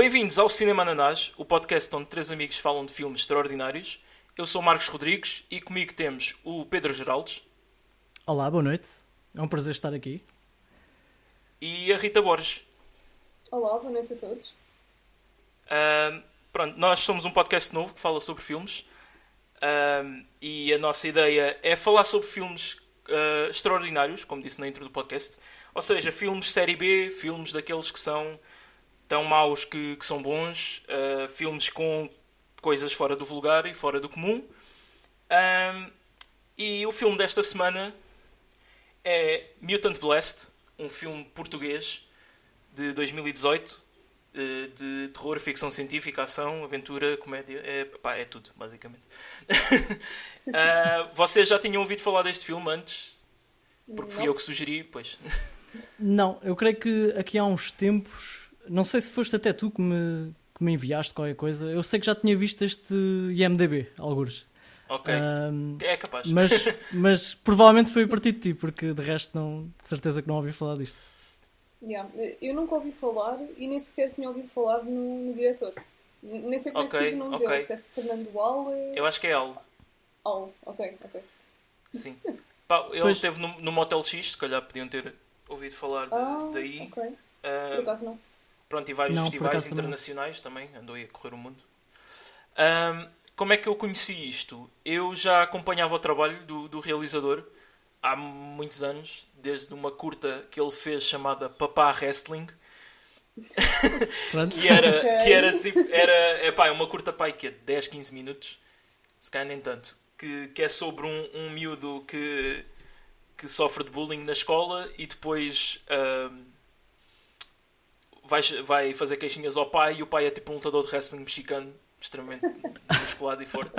Bem-vindos ao Cinema Ananás, o podcast onde três amigos falam de filmes extraordinários. Eu sou Marcos Rodrigues e comigo temos o Pedro Geraldes. Olá, boa noite. É um prazer estar aqui. E a Rita Borges. Olá, boa noite a todos. Pronto, nós somos um podcast novo que fala sobre filmes. E a nossa ideia é falar sobre filmes extraordinários, como disse na intro do podcast. Ou seja, filmes série B, filmes daqueles que são tão maus que são bons, filmes com coisas fora do vulgar e fora do comum. E o filme desta semana é Mutant Blast, um filme português de 2018, de terror, ficção científica, ação, aventura, comédia, é tudo, basicamente. Vocês já tinham ouvido falar deste filme antes? Porque fui eu que sugeri, pois. Não, eu creio que aqui há uns tempos, não sei se foste até tu que me enviaste qualquer coisa, eu sei que já tinha visto este IMDb, algures. Ok, é capaz. Mas provavelmente foi a partir de ti, porque de resto não, de certeza que não ouvi falar disto. Yeah. Eu nunca ouvi falar e nem sequer tinha ouvido falar no diretor. Nem sei como é que se diz o nome dele, se é Fernando Al. Eu acho que é Al. Al, ok. Sim. Pá, ele esteve no Motel X, se calhar podiam ter ouvido falar daí. Ok. Por acaso não. Pronto, e vários festivais internacionais também, andou aí a correr o mundo. Como é que eu conheci isto? Eu já acompanhava o trabalho do realizador há muitos anos, desde uma curta que ele fez chamada Papá Wrestling. que era tipo, uma curta que é 10, 15 minutos, se calhar nem tanto, que é sobre um miúdo que sofre de bullying na escola e depois vai fazer queixinhas ao pai, e o pai é tipo um lutador de wrestling mexicano extremamente musculado e forte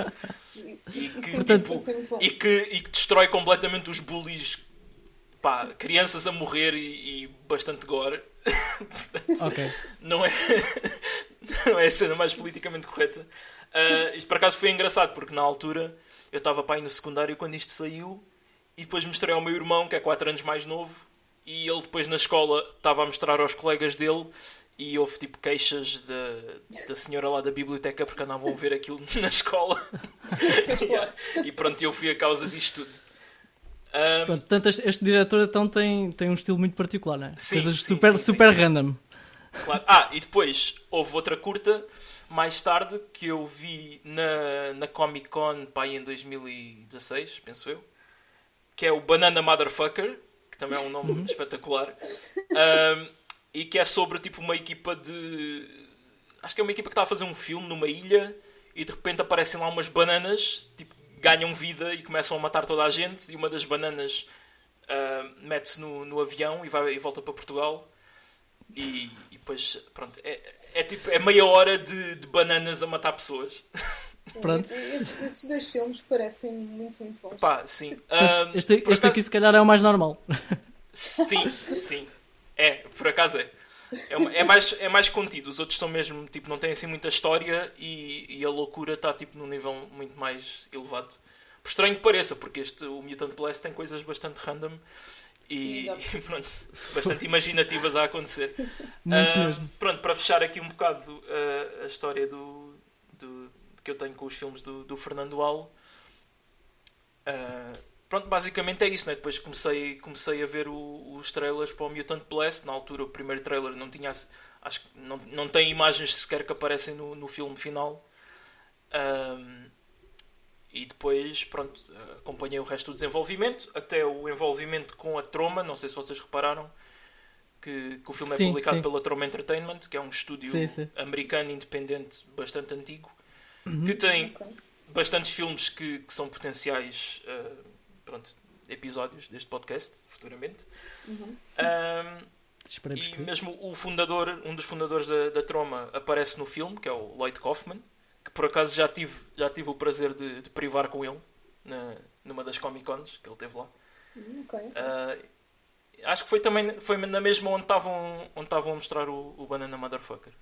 e que destrói completamente os bullies. Pá, crianças a morrer e bastante gore. Okay. Não é a cena mais politicamente correta. Isto por acaso foi engraçado, porque na altura eu estava aí no secundário quando isto saiu, e depois mostrei ao meu irmão, que é 4 anos mais novo, e ele depois na escola estava a mostrar aos colegas dele, e houve tipo queixas da senhora lá da biblioteca porque andavam a ver aquilo na escola. E pronto, eu fui a causa disto tudo. Portanto, este diretor então tem um estilo muito particular, não é? Sim, Coisas super random. Claro. E depois houve outra curta mais tarde que eu vi na Comic Con em 2016, penso eu, que é o Banana Motherfucker, que também é um nome espetacular, e que é sobre tipo uma equipa acho que é uma equipa que está a fazer um filme numa ilha e de repente aparecem lá umas bananas, tipo, ganham vida e começam a matar toda a gente, e uma das bananas mete-se no avião e volta para Portugal, e depois pronto, é meia hora de bananas a matar pessoas. Pronto. Esses dois filmes parecem muito, muito bons. Pá, sim. Este aqui se calhar é o mais normal. Sim. Por acaso é. É mais contido. Os outros são mesmo, tipo, não têm assim muita história, e a loucura está tipo num nível muito mais elevado. Por estranho que pareça, porque o Mutant Blast tem coisas bastante random e pronto, bastante imaginativas a acontecer. Muito mesmo. Pronto, para fechar aqui um bocado a história que eu tenho com os filmes do Fernando Al. Pronto, basicamente é isso, né? Depois comecei a ver os trailers para o Mutant Blast. Na altura o primeiro trailer não tinha, acho que não tem imagens sequer que aparecem no filme final. E depois, pronto, acompanhei o resto do desenvolvimento, até o envolvimento com a Troma. Não sei se vocês repararam que o filme é publicado pela Troma Entertainment, que é um estúdio americano independente bastante antigo, que tem bastantes filmes que são potenciais episódios deste podcast futuramente. E mesmo um dos fundadores da Troma aparece no filme, que é o Lloyd Kaufman, que por acaso já tive o prazer de privar com ele numa das Comic Cons que ele teve lá. Acho que foi na mesma onde estavam a mostrar o Banana Motherfucker.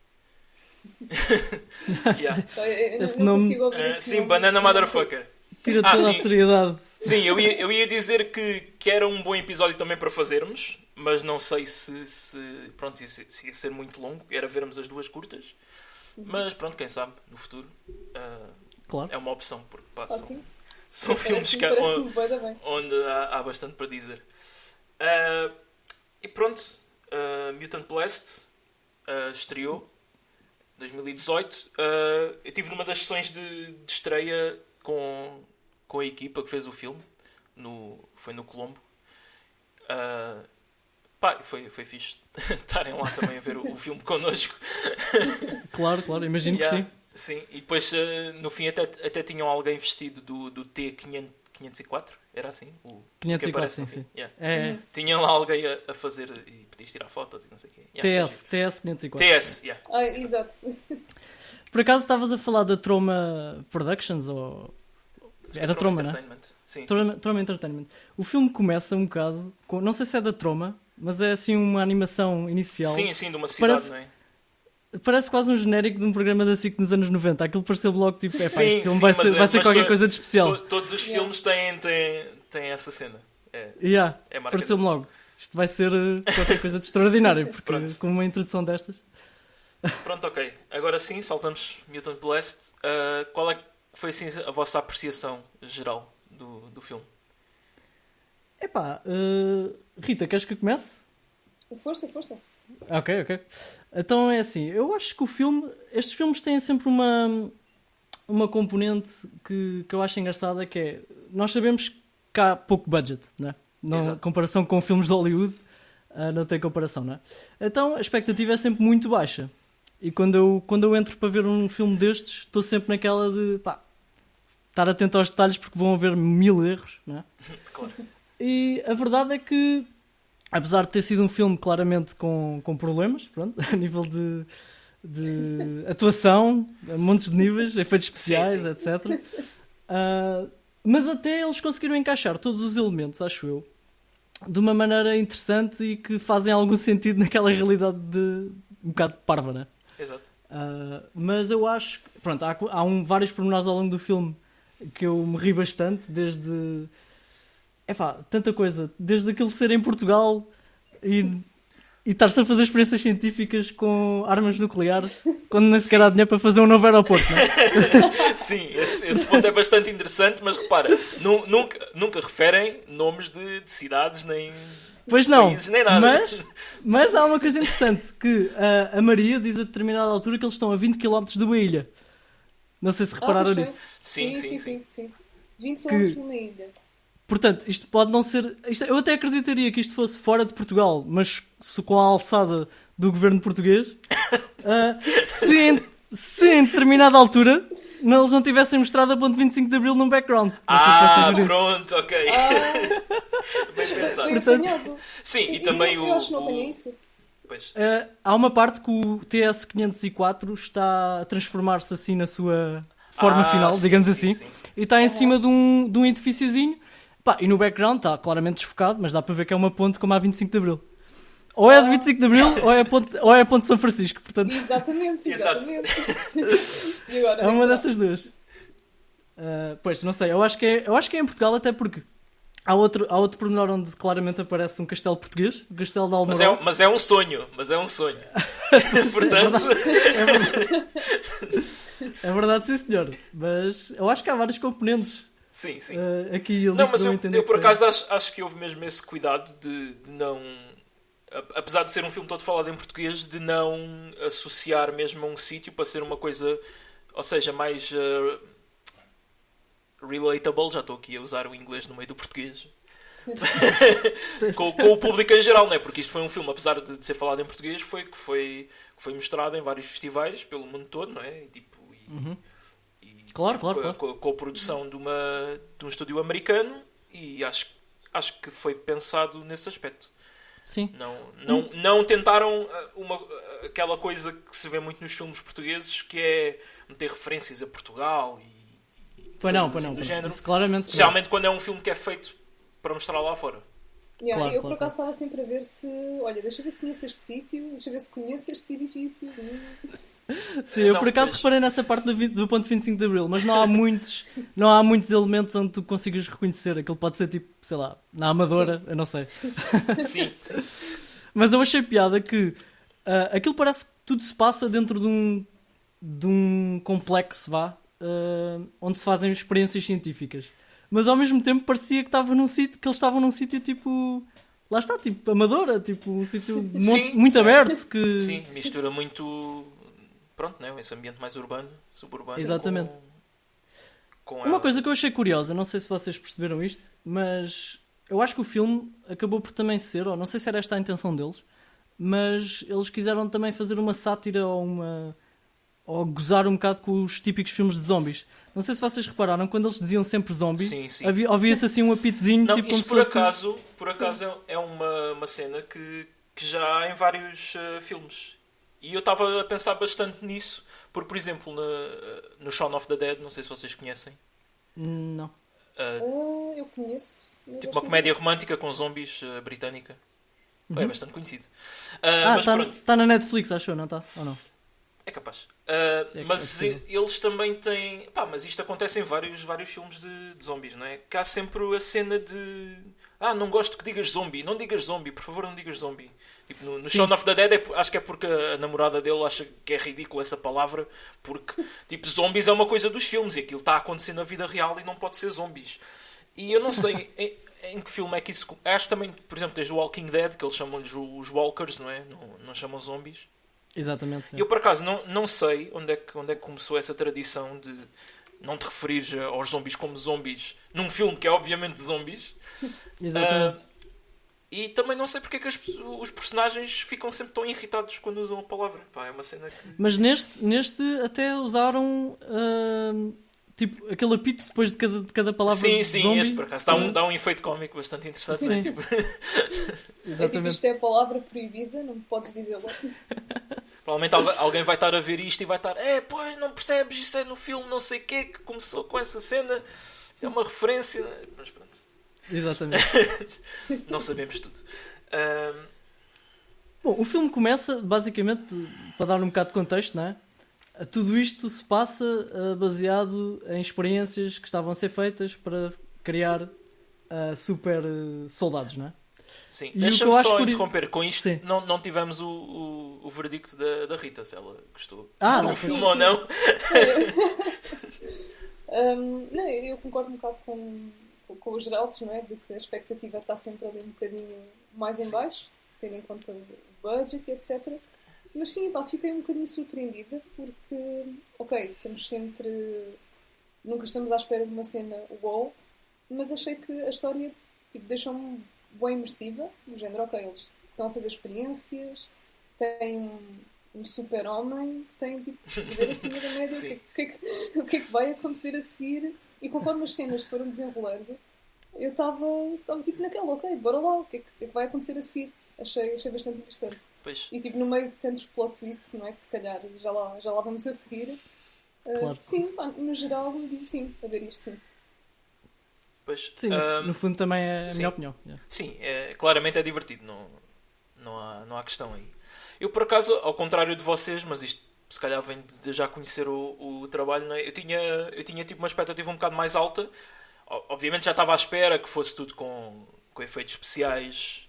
Eu não consigo ouvir esse nome. Banana Motherfucker. Tira toda a seriedade. Sim, eu ia dizer que era um bom episódio também para fazermos, mas não sei se ia ser muito longo. Era vermos as duas curtas. Mas pronto, quem sabe, no futuro. Claro. É uma opção, porque são filmes onde há bastante para dizer. E pronto, Mutant Blast estreou em 2018. Eu estive numa das sessões de estreia com a equipa que fez o filme. Foi no Colombo. Foi fixe estarem lá também a ver o filme connosco. Claro, imagino que sim. Sim, e depois no fim até tinham alguém vestido do T504, era assim? O 504, sim. Yeah. Tinham lá alguém a fazer e podias tirar fotos e não sei o quê. TS 504. TS, yeah. Exato. Por acaso estavas a falar da Troma Productions ou... Era Troma, não é? Sim, Troma Entertainment. O filme começa um bocado com... Não sei se é da Troma, mas é assim uma animação inicial. Sim, de uma cidade, não é? Parece quase um genérico de um programa da SIC nos anos 90. Aquilo pareceu logo tipo, este filme vai ser qualquer coisa de especial. Todos os filmes têm essa cena. Pareceu-me logo. Isto vai ser qualquer coisa de extraordinário, porque com uma introdução destas... Pronto, ok. Agora sim, saltamos Mutant Blast. Qual é que foi assim, a vossa apreciação geral do filme? Rita, queres que eu comece? Força. Ok. Então é assim, eu acho que estes filmes têm sempre uma componente que eu acho engraçada, que é, nós sabemos que há pouco budget, não é? Em comparação com filmes de Hollywood, não tem comparação, não é? Então a expectativa é sempre muito baixa. E quando eu entro para ver um filme destes, estou sempre naquela de estar atento aos detalhes, porque vão haver 1000 erros, não é? Claro. E a verdade é que, apesar de ter sido um filme claramente com problemas, pronto, a nível de atuação, montes de níveis, efeitos especiais, etc. Mas até eles conseguiram encaixar todos os elementos, acho eu, de uma maneira interessante e que fazem algum sentido naquela realidade um bocado parva, né? Exato. Mas eu acho que, pronto, há vários pormenores ao longo do filme que eu me ri bastante, desde... tanta coisa. Desde aquilo ser em Portugal e estar-se a fazer experiências científicas com armas nucleares quando nem sequer há dinheiro para fazer um novo aeroporto, não é? Sim, esse ponto é bastante interessante, mas repara, nunca referem nomes de cidades nem... Pois não, países, nem nada. mas há uma coisa interessante, que a Maria diz a determinada altura que eles estão a 20 km de uma ilha. Não sei se repararam nisso. Sim. 20 km de uma ilha. Portanto, isto pode não ser... eu até acreditaria que isto fosse fora de Portugal, mas com a alçada do governo português, se em determinada altura eles não tivessem mostrado a ponte 25 de Abril num background. Pronto, ok. Bem pensado. Portanto, sim, e também eu acho que não apanhei isso. Há uma parte que o TS-504 está a transformar-se assim na sua forma final, digamos assim, e está em cima de um edifíciozinho. E no background está claramente desfocado, mas dá para ver que é uma ponte como a 25 de Abril. Ou é a de 25 de Abril, ou é a ponte de São Francisco. Portanto... Exatamente. E agora, é uma dessas duas. Pois, não sei. Eu acho que é em Portugal, até porque há outro pormenor onde claramente aparece um castelo português, o Castelo de Almorol. Mas é um sonho. Portanto... É verdade, sim senhor. Mas eu acho que há vários componentes. Sim. Aqui e ali. Não, mas eu por acaso acho que houve mesmo esse cuidado de não... Apesar de ser um filme todo falado em português, de não associar mesmo a um sítio para ser uma coisa, ou seja, mais relatable. Já estou aqui a usar o inglês no meio do português. com o público em geral, não é? Porque isto foi um filme, apesar de ser falado em português, que foi mostrado em vários festivais pelo mundo todo, não é? Claro. Com a produção de um estúdio americano, e acho que foi pensado nesse aspecto. Sim. Não tentaram aquela coisa que se vê muito nos filmes portugueses, que é meter referências a Portugal Pois não. do género. Isso claramente. Geralmente quando é um filme que é feito para mostrar lá fora. Eu por acaso estava sempre a ver se... Olha, deixa eu ver se conheço este sítio, deixa eu ver se conheço este edifício. Sim, eu por acaso reparei nessa parte do ponto 25 de Abril, mas não há muitos elementos onde tu consigas reconhecer. Aquilo pode ser tipo, sei lá, na Amadora, eu não sei. Sim. Mas eu achei piada que aquilo parece que tudo se passa dentro de um complexo, onde se fazem experiências científicas. Mas ao mesmo tempo parecia que eles estavam num sítio tipo... Lá está, tipo, amadora, tipo, um sítio muito aberto. Que... Sim, mistura muito... Pronto, né? Esse ambiente mais urbano, suburbano. Exatamente. Uma coisa que eu achei curiosa, não sei se vocês perceberam isto, mas eu acho que o filme acabou por também ser, ou não sei se era esta a intenção deles, mas eles quiseram também fazer uma sátira ou gozar um bocado com os típicos filmes de zombies. Não sei se vocês repararam, quando eles diziam sempre zombie, ouvia-se assim um apitozinho. Não, tipo, isso por acaso é uma cena que já há em vários filmes. E eu estava a pensar bastante nisso, porque, por exemplo, no Shaun of the Dead, não sei se vocês conhecem. Não. Eu conheço. Tipo uma comédia romântica com zombies britânica. É bastante conhecido. Está na Netflix, acho eu, não está? Ou não? É capaz. Mas eles também têm... mas isto acontece em vários filmes de zombies, não é? Que há sempre a cena de... não gosto que digas zombie. Não digas zombie, por favor, não digas zombie. Tipo, no Shaun of the Dead, acho que é porque a namorada dele acha que é ridículo essa palavra, porque, tipo, zombies é uma coisa dos filmes e aquilo está a acontecer na vida real e não pode ser zombies. E eu não sei em que filme é que isso... Acho também, por exemplo, desde o Walking Dead, que eles chamam-lhes os walkers, não é? Não chamam zombies. Exatamente. E eu, por acaso, não sei onde é que começou essa tradição de não te referir aos zombies como zombies num filme que é obviamente zombies. Exatamente. E também não sei porque é que os personagens ficam sempre tão irritados quando usam a palavra. É uma cena que... Mas neste até usaram tipo aquele apito depois de cada palavra. Sim, zombie. esse por acaso dá um efeito cómico bastante interessante. Né? Tipo... Exatamente. Isto é a palavra proibida, não podes dizê-la. Provavelmente alguém vai estar a ver isto e vai estar pois não percebes, isso é no filme não sei o quê que começou com essa cena, isso é uma referência. Mas pronto. Exatamente. Não sabemos tudo. Bom, o filme começa basicamente, para dar um bocado de contexto, não é? Tudo isto se passa baseado em experiências que estavam a ser feitas para criar super soldados, não é? Sim, deixa-me só interromper. Com isto não tivemos o veredicto da Rita, se ela gostou do filme ou não. Não, eu concordo um bocado com os Geraldos, não é? De que a expectativa está sempre ali um bocadinho mais em baixo, tendo em conta o budget e etc. Mas sim, fiquei um bocadinho surpreendida porque, estamos sempre... Nunca estamos à espera de uma cena wow, mas achei que a história deixou-me bem imersiva, no género, eles estão a fazer experiências, têm um super-homem, têm poder acima da média, o que é que vai acontecer a seguir? E conforme as cenas se foram desenrolando, eu estava naquela, bora lá, o que é que vai acontecer a seguir? Achei bastante interessante. Pois. E no meio de tantos plot twists, não é? Que se calhar já lá vamos a seguir. Claro. Sim, no geral me diverti a ver isto, sim. Pois. Sim, no fundo também é a minha opinião. Yeah. Sim, claramente é divertido, não há questão aí. Eu, por acaso, ao contrário de vocês, mas isto se calhar vem de já conhecer o trabalho, não é? Eu tinha tipo uma expectativa um bocado mais alta. Obviamente já estava à espera que fosse tudo com efeitos especiais,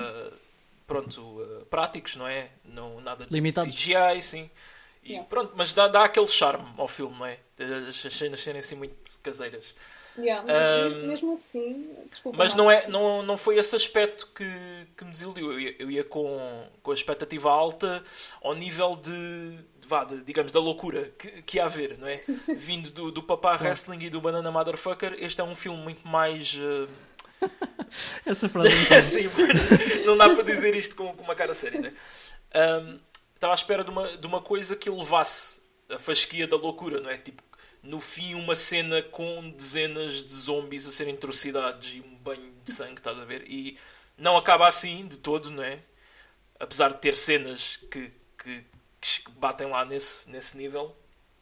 práticos, não é? Não, nada de limitados. CGI, sim. E pronto, mas dá aquele charme ao filme, não é? As cenas serem assim muito caseiras. Mesmo assim, desculpa. Mas não foi esse aspecto que me desiludiu. Eu ia com a expectativa alta ao nível digamos, da loucura que ia haver, não é? Vindo do Papá Wrestling e do Banana Motherfucker, este é um filme muito mais... Essa frase sim, não dá para dizer isto com uma cara séria, não é? Estava à espera de uma coisa que levasse a fasquia da loucura, não é? Tipo, no fim, uma cena com dezenas de zombies a serem atrocidades e um banho de sangue, estás a ver? E não acaba assim de todo, não é? Apesar de ter cenas que batem lá nesse nível.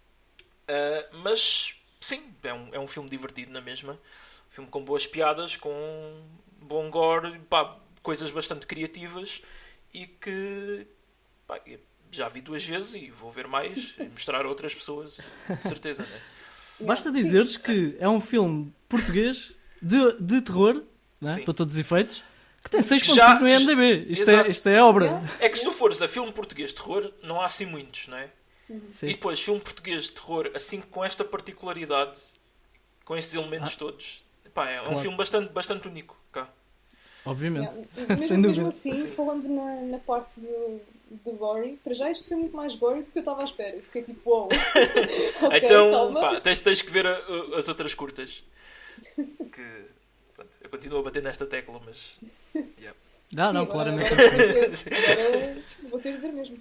Mas, sim, é um filme divertido na mesma. Um filme com boas piadas, com bom gore, coisas bastante criativas e que já vi 2 vezes e vou ver mais e mostrar a outras pessoas, de certeza, não é? Basta dizeres que é um filme português de terror, não é? Para todos os efeitos, Que tem 6.5 Já- no IMDb. Exato. Isto é obra. Yeah. É que se tu fores a filme português de terror, não há assim muitos, não é? Sim. E depois, filme português de terror, assim com esta particularidade, com estes elementos todos, pá, é um Claro. filme bastante único. Cá. Obviamente. Yeah. Sem Mesmo dúvida. assim, falando na parte do gory, para já isto foi muito mais gory do que eu estava à espera. Eu fiquei tipo, wow. Ok, Então, calma. pá, tens que ver as outras curtas. Que, pronto, eu continuo a bater nesta tecla, mas. Yeah. Ah, Sim, não, agora- claramente. agora vou ter de ver mesmo.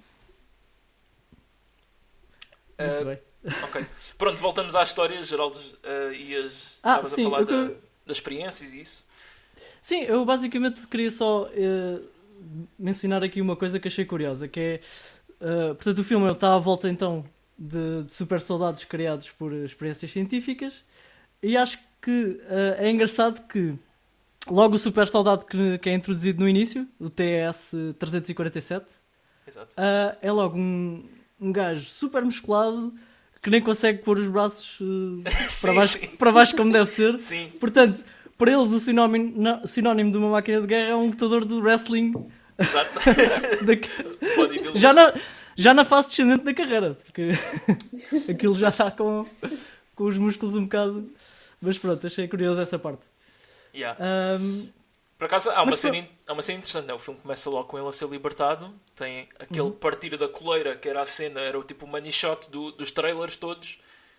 Muito bem. Ok. Pronto, voltamos à história, Geraldo. Estavas sim, a falar o que eu- das experiências e isso. Sim, eu basicamente queria só mencionar aqui uma coisa que achei curiosa, que é, portanto, o filme está à volta então de super soldados criados por experiências científicas, e acho que é engraçado que logo o super soldado que é introduzido no início, o TS-347, Exato. é logo um gajo super musculado que nem consegue pôr os braços Sim. para baixo como deve ser. Sim, Portanto, para eles o sinónimo de uma máquina de guerra é um lutador de wrestling exato. Bodybuilding. já na fase descendente da carreira, porque aquilo já está com os músculos um bocado. Mas pronto, achei curioso essa parte. Yeah. Ahm, Por acaso, há uma Mas cena interessante, né? O filme começa logo com ele a ser libertado. Tem aquele partir da coleira, que era a cena, era o tipo money shot dos trailers todos.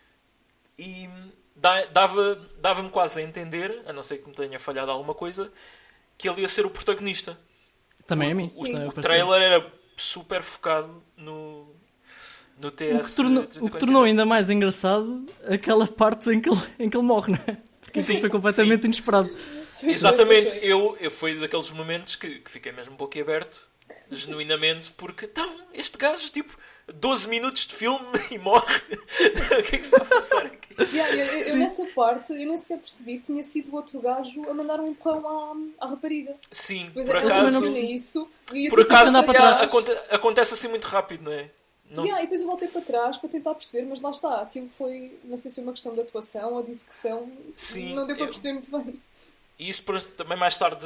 E dava-me quase a entender, a não ser que me tenha falhado alguma coisa, que ele ia ser o protagonista. também a mim. O, Isto é o pareceu. trailer era super focado no TS. O que tornou ainda mais engraçado aquela parte em que ele morre, não é? Porque isso Sim, foi completamente inesperado. Exatamente, Pois foi. eu fui daqueles momentos que fiquei mesmo boquiaberto, genuinamente, porque então, este gajo, tipo, 12 minutos de filme e morre. O que é que se está a passar aqui? Yeah, eu nessa parte, eu nem sequer percebi que tinha sido o outro gajo a mandar um empurrão à rapariga. Sim, Pois por é, eu acaso, também não vi isso. E eu por tive que acaso andar para trás. acontece assim muito rápido, não é? Não, Yeah, e depois eu voltei para trás para tentar perceber, mas lá está. Aquilo foi, não sei se é uma questão de atuação ou de execução. Sim, não deu para eu- perceber muito bem. E isso também mais tarde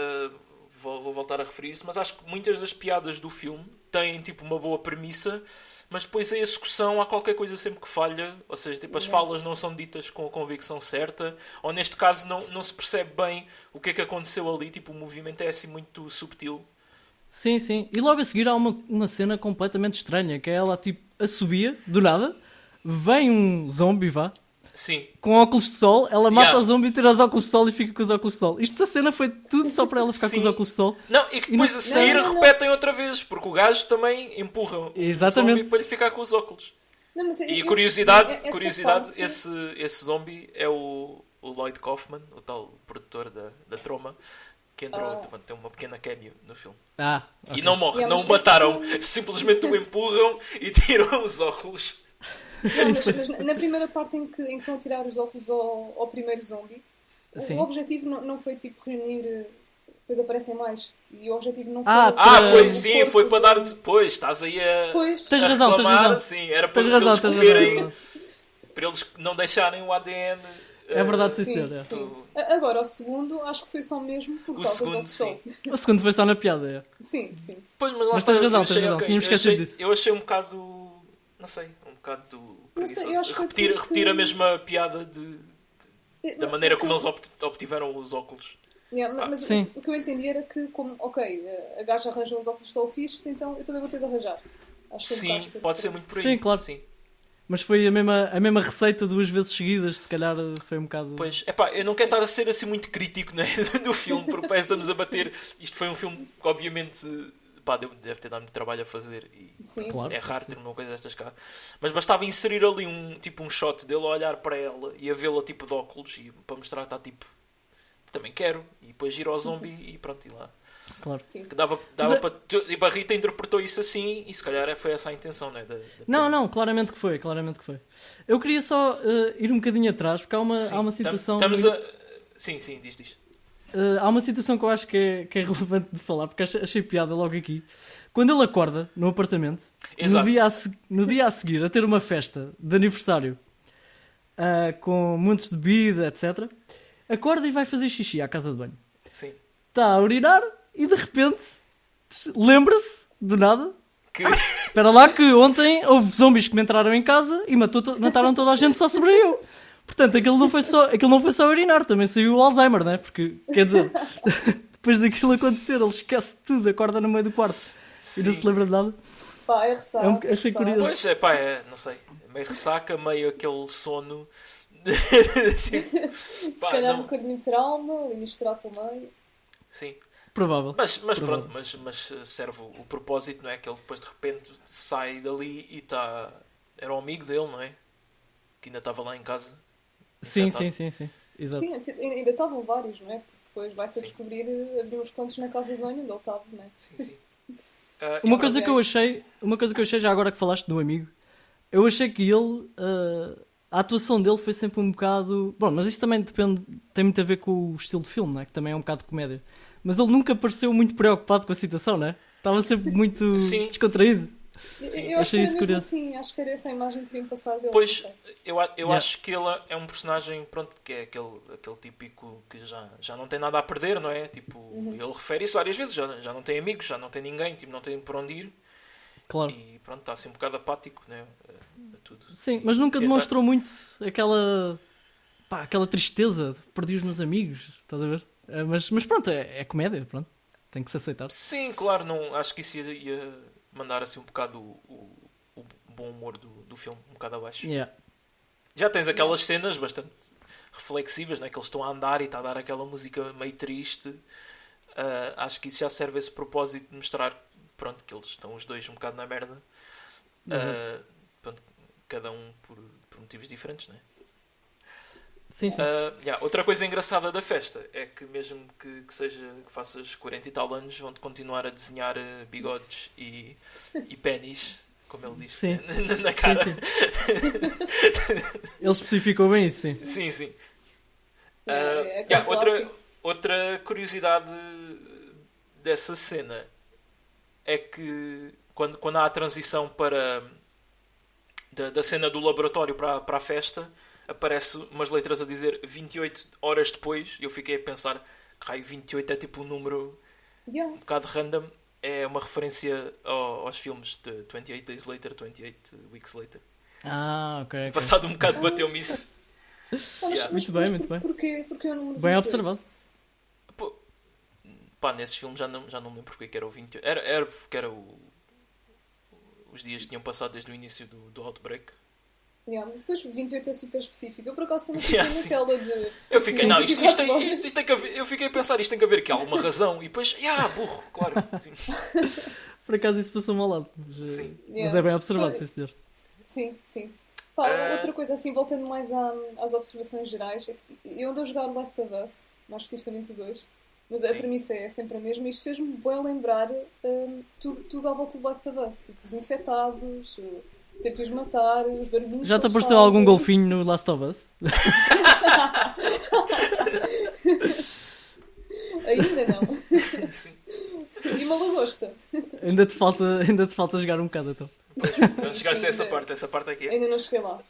vou voltar a referir isso, mas acho que muitas das piadas do filme têm tipo uma boa premissa, mas depois a execução há qualquer coisa sempre que falha, ou seja, tipo, as falas não são ditas com a convicção certa, ou neste caso não se percebe bem o que é que aconteceu ali, tipo, o movimento é assim muito subtil. Sim, sim. E logo a seguir há uma cena completamente estranha, que é ela tipo assobia, do nada, vem um zombie, Sim, com óculos de sol, ela mata Yeah. o zombie, tira os óculos de sol e fica com os óculos de sol. Isto a cena foi tudo só para ela ficar com os Sim. óculos de sol. não, e que depois não- a seguir Não. repetem outra vez, porque o gajo também empurra o Exatamente. zombie para lhe ficar com os óculos. Não, mas E eu curiosidade, percebi essa parte. esse zombie é o Lloyd Kaufman, o tal produtor da Troma, que entrou, tem uma pequena cameo no filme. Ah, E não morre, Yeah, não o mas mataram, esse- simplesmente o empurram e tiram os óculos. Não, mas na primeira parte em que estão a tirar os óculos ao primeiro zombie, Sim. o objetivo não foi tipo reunir. Depois aparecem mais. E o objetivo não foi. Foi para dar depois, estás aí a, Pois. Tens a razão, tens reclamar, razão. sim, era para Tens razão, eles tens comerem, razão. para eles não deixarem o ADN. É verdade, sim, Sim, senhor. É. sim. Agora, o segundo, acho que foi só mesmo por O causa segundo, do sol. O segundo foi só na piada. É. Sim, sim. Pois, mas lá Mas está, tens razão, eu achei, tens razão. ok, Tínhamos eu esquecido achei- disso. Eu achei um bocado, não sei, um bocado Não sei, preguiçoso. eu acho que foi repetir a mesma piada da Não, maneira como porque- eles obtiveram os óculos. Yeah, mas Sim. o que eu entendi era que, como, ok, a gaja arranjou os óculos de sol fixos, então eu também vou ter de arranjar. Acho que foi um Sim, bocado pode por ser aí. muito por aí. Sim, claro. Sim. Mas foi a mesma receita duas vezes seguidas, se calhar foi um bocado. Pois, epá, eu não quero estar a ser assim muito crítico, né, do filme, porque parece-nos a bater. Isto foi um filme que, obviamente, pá, deve ter dado muito trabalho a fazer e Sim, Claro. é raro ter uma coisa destas cá. Mas bastava inserir ali um shot dele a olhar para ela e a vê-la tipo de óculos e para mostrar que está tipo, também quero. E depois gira ao zombie e pronto, e lá. Claro. sim. Que dava Mas para. E a Rita interpretou isso assim e se calhar foi essa a intenção, né? Não, claramente que foi, claramente que foi. Eu queria só ir um bocadinho atrás, porque há uma situação. Estamos a. Sim, diz. Há uma situação que eu acho que é relevante de falar, porque achei piada logo aqui. Quando ele acorda no apartamento, Exato. no dia a seguir, a ter uma festa de aniversário com montes de bebida, etc., acorda e vai fazer xixi à casa de banho. Sim. está a urinar e de repente lembra-se, do nada, Que... espera lá que ontem houve zombies que me entraram em casa e mataram toda a gente, só sobreviveu. Portanto, aquilo não foi só urinar, também saiu o Alzheimer, né? Porque, quer dizer, depois daquilo acontecer, ele esquece tudo, acorda no meio do quarto e não se lembra de nada. Pá, é ressaca. Achei curioso. Pois é, pá, não sei. Meio ressaca, meio aquele sono. Se calhar um bocadinho de trauma, ali misturado também. Sim. Provável. Mas Provável. pronto, mas serve o propósito, não é? Que ele depois de repente sai dali e está. Era um amigo dele, não é? Que ainda estava lá em casa. Sim. Exato. Sim, ainda estavam vários, não é? Porque depois vai-se a descobrir, havia uns quantos na casa de banho onde ele estava, não é? Sim. Uma coisa que eu achei já agora que falaste do amigo, eu achei que ele, a atuação dele foi sempre um bocado, bom, mas isso também depende, tem muito a ver com o estilo de filme, né? Que também é um bocado de comédia, mas ele nunca pareceu muito preocupado com a situação, né? Estava sempre muito descontraído. Eu achei isso curioso. Assim, acho que era essa a imagem que queriam passar dele. Pois, eu acho que ele é um personagem, pronto, que é aquele típico que já não tem nada a perder, não é? Tipo, ele refere isso várias vezes, já não tem amigos, já não tem ninguém, tipo, não tem por onde ir. Claro. E pronto, está assim um bocado apático, né? A tudo. Sim, mas nunca demonstrou muito aquela tristeza, perdi os meus amigos, estás a ver? Mas pronto, é comédia, pronto, tem que se aceitar. Sim, claro, não, acho que isso ia mandar assim um bocado o bom humor do filme, um bocado abaixo. Yeah. Já tens aquelas cenas bastante reflexivas, né? Que eles estão a andar e está a dar aquela música meio triste. Acho que isso já serve a esse propósito de mostrar, pronto, que eles estão os dois um bocado na merda. Pronto, cada um por motivos diferentes, né? Sim. Outra coisa engraçada da festa é que mesmo que faças 40 e tal anos, vão-te continuar a desenhar bigodes e pênis, como ele disse, Sim. na cara. Sim. Ele especificou bem isso, sim. Sim. Clássico. Outra curiosidade dessa cena é que quando há a transição da cena do laboratório para a festa, aparece umas letras a dizer 28 horas depois, e eu fiquei a pensar que raio 28 é tipo um número um bocado random. É uma referência aos filmes de 28 Days Later, 28 Weeks Later. Ok. Passado um bocado bateu-me isso. Muito bem. Porquê o número 28? Bem observado. Pá, nesses filmes já não me lembro porque era o 28. Era porque era os dias que tinham passado desde o início do Outbreak. Depois o 28 é super específico. Eu por acaso também fiquei naquela de... Eu fiquei, isto tem que haver, eu fiquei a pensar, isto tem que haver aqui alguma razão. E depois, burro, claro. Sim. Por acaso isso passou-me ao lado. Mas é bem observado, sim senhor. Sim. Pá, outra coisa assim, voltando mais às observações gerais, é que eu ando a jogar Last of Us, mais especificamente o 2, mas a premissa é sempre a mesma, e isto fez-me bem lembrar tudo à volta do Last of Us, tipo, os infectados, ter que os matar, os barulhinhos. Já te apareceu algum golfinho no Last of Us? Ainda não. Sim. E uma lagosta. Ainda te falta jogar um bocado, então. Não chegaste a essa parte aqui. Ainda não cheguei lá.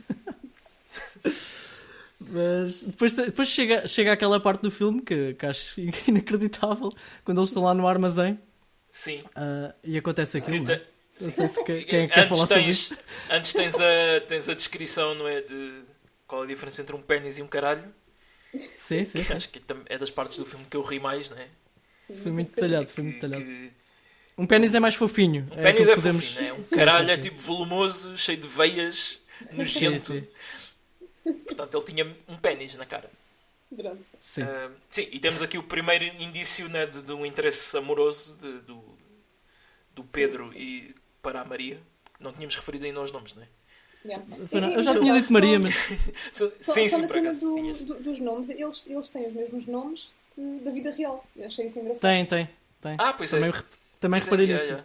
Mas depois chega aquela parte do filme que acho inacreditável, quando eles estão lá no armazém. Sim. E acontece aquilo. Sim. Não sei se quem quer falar sobre isto. Antes tens a descrição, não é? De qual é a diferença entre um pênis e um caralho. Sim. Acho que é das partes do filme que eu ri mais, não é? Sim, Foi muito detalhado. Que... Um pênis é mais fofinho. Um pênis é fofinho, não é? Um caralho é tipo volumoso, cheio de veias, nojento. Sim. Portanto, ele tinha um pênis na cara. Pronto. Sim. Sim, e temos aqui o primeiro indício, né, de um interesse amoroso do Pedro e para a Maria. Não tínhamos referido ainda aos nomes, não é? Eu já tinha dito Maria, mas... Só na cena dos nomes, eles têm os mesmos nomes da vida real. Eu achei isso engraçado. Tem. Pois também reparei nisso. É.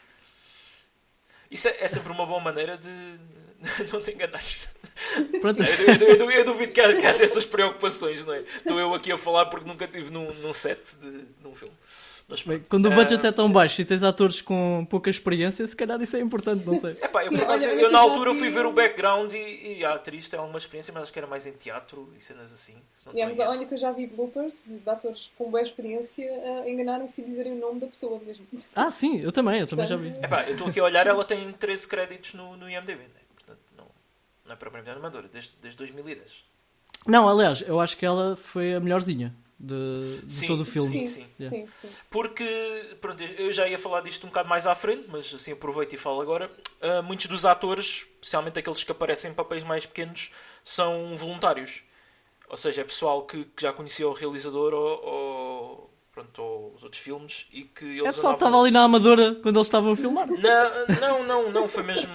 Isso é sempre uma boa maneira de não te enganares. Eu duvido que haja essas preocupações, não é? Estou eu aqui a falar porque nunca estive num set de um filme. Mas Bem, pronto. quando o budget é tão baixo e tens atores com pouca experiência, se calhar isso é importante, não sei. Epá, Sim, por acaso, olha, eu na já altura vi- fui ver o background e a atriz tem alguma experiência, mas acho que era mais em teatro e cenas assim. se não Mas estou em erro. olha que eu já vi bloopers de atores com boa experiência a enganarem-se e dizerem o nome da pessoa mesmo. Ah, sim, eu também já vi. Epá, eu estou aqui a olhar, ela tem 13 créditos no IMDb, né? Portanto não é propriamente animadora, desde 2010. Não, aliás, eu acho que ela foi a melhorzinha de Sim, todo o filme. Sim, sim. sim, sim. Porque, pronto, eu já ia falar disto um bocado mais à frente, mas assim aproveito e falo agora. Muitos dos atores, especialmente aqueles que aparecem em papéis mais pequenos, são voluntários. Ou seja, é pessoal que já conhecia o realizador ou os outros filmes e que eles É pessoal que andavam- estava ali na Amadora quando eles estavam a filmar. Não,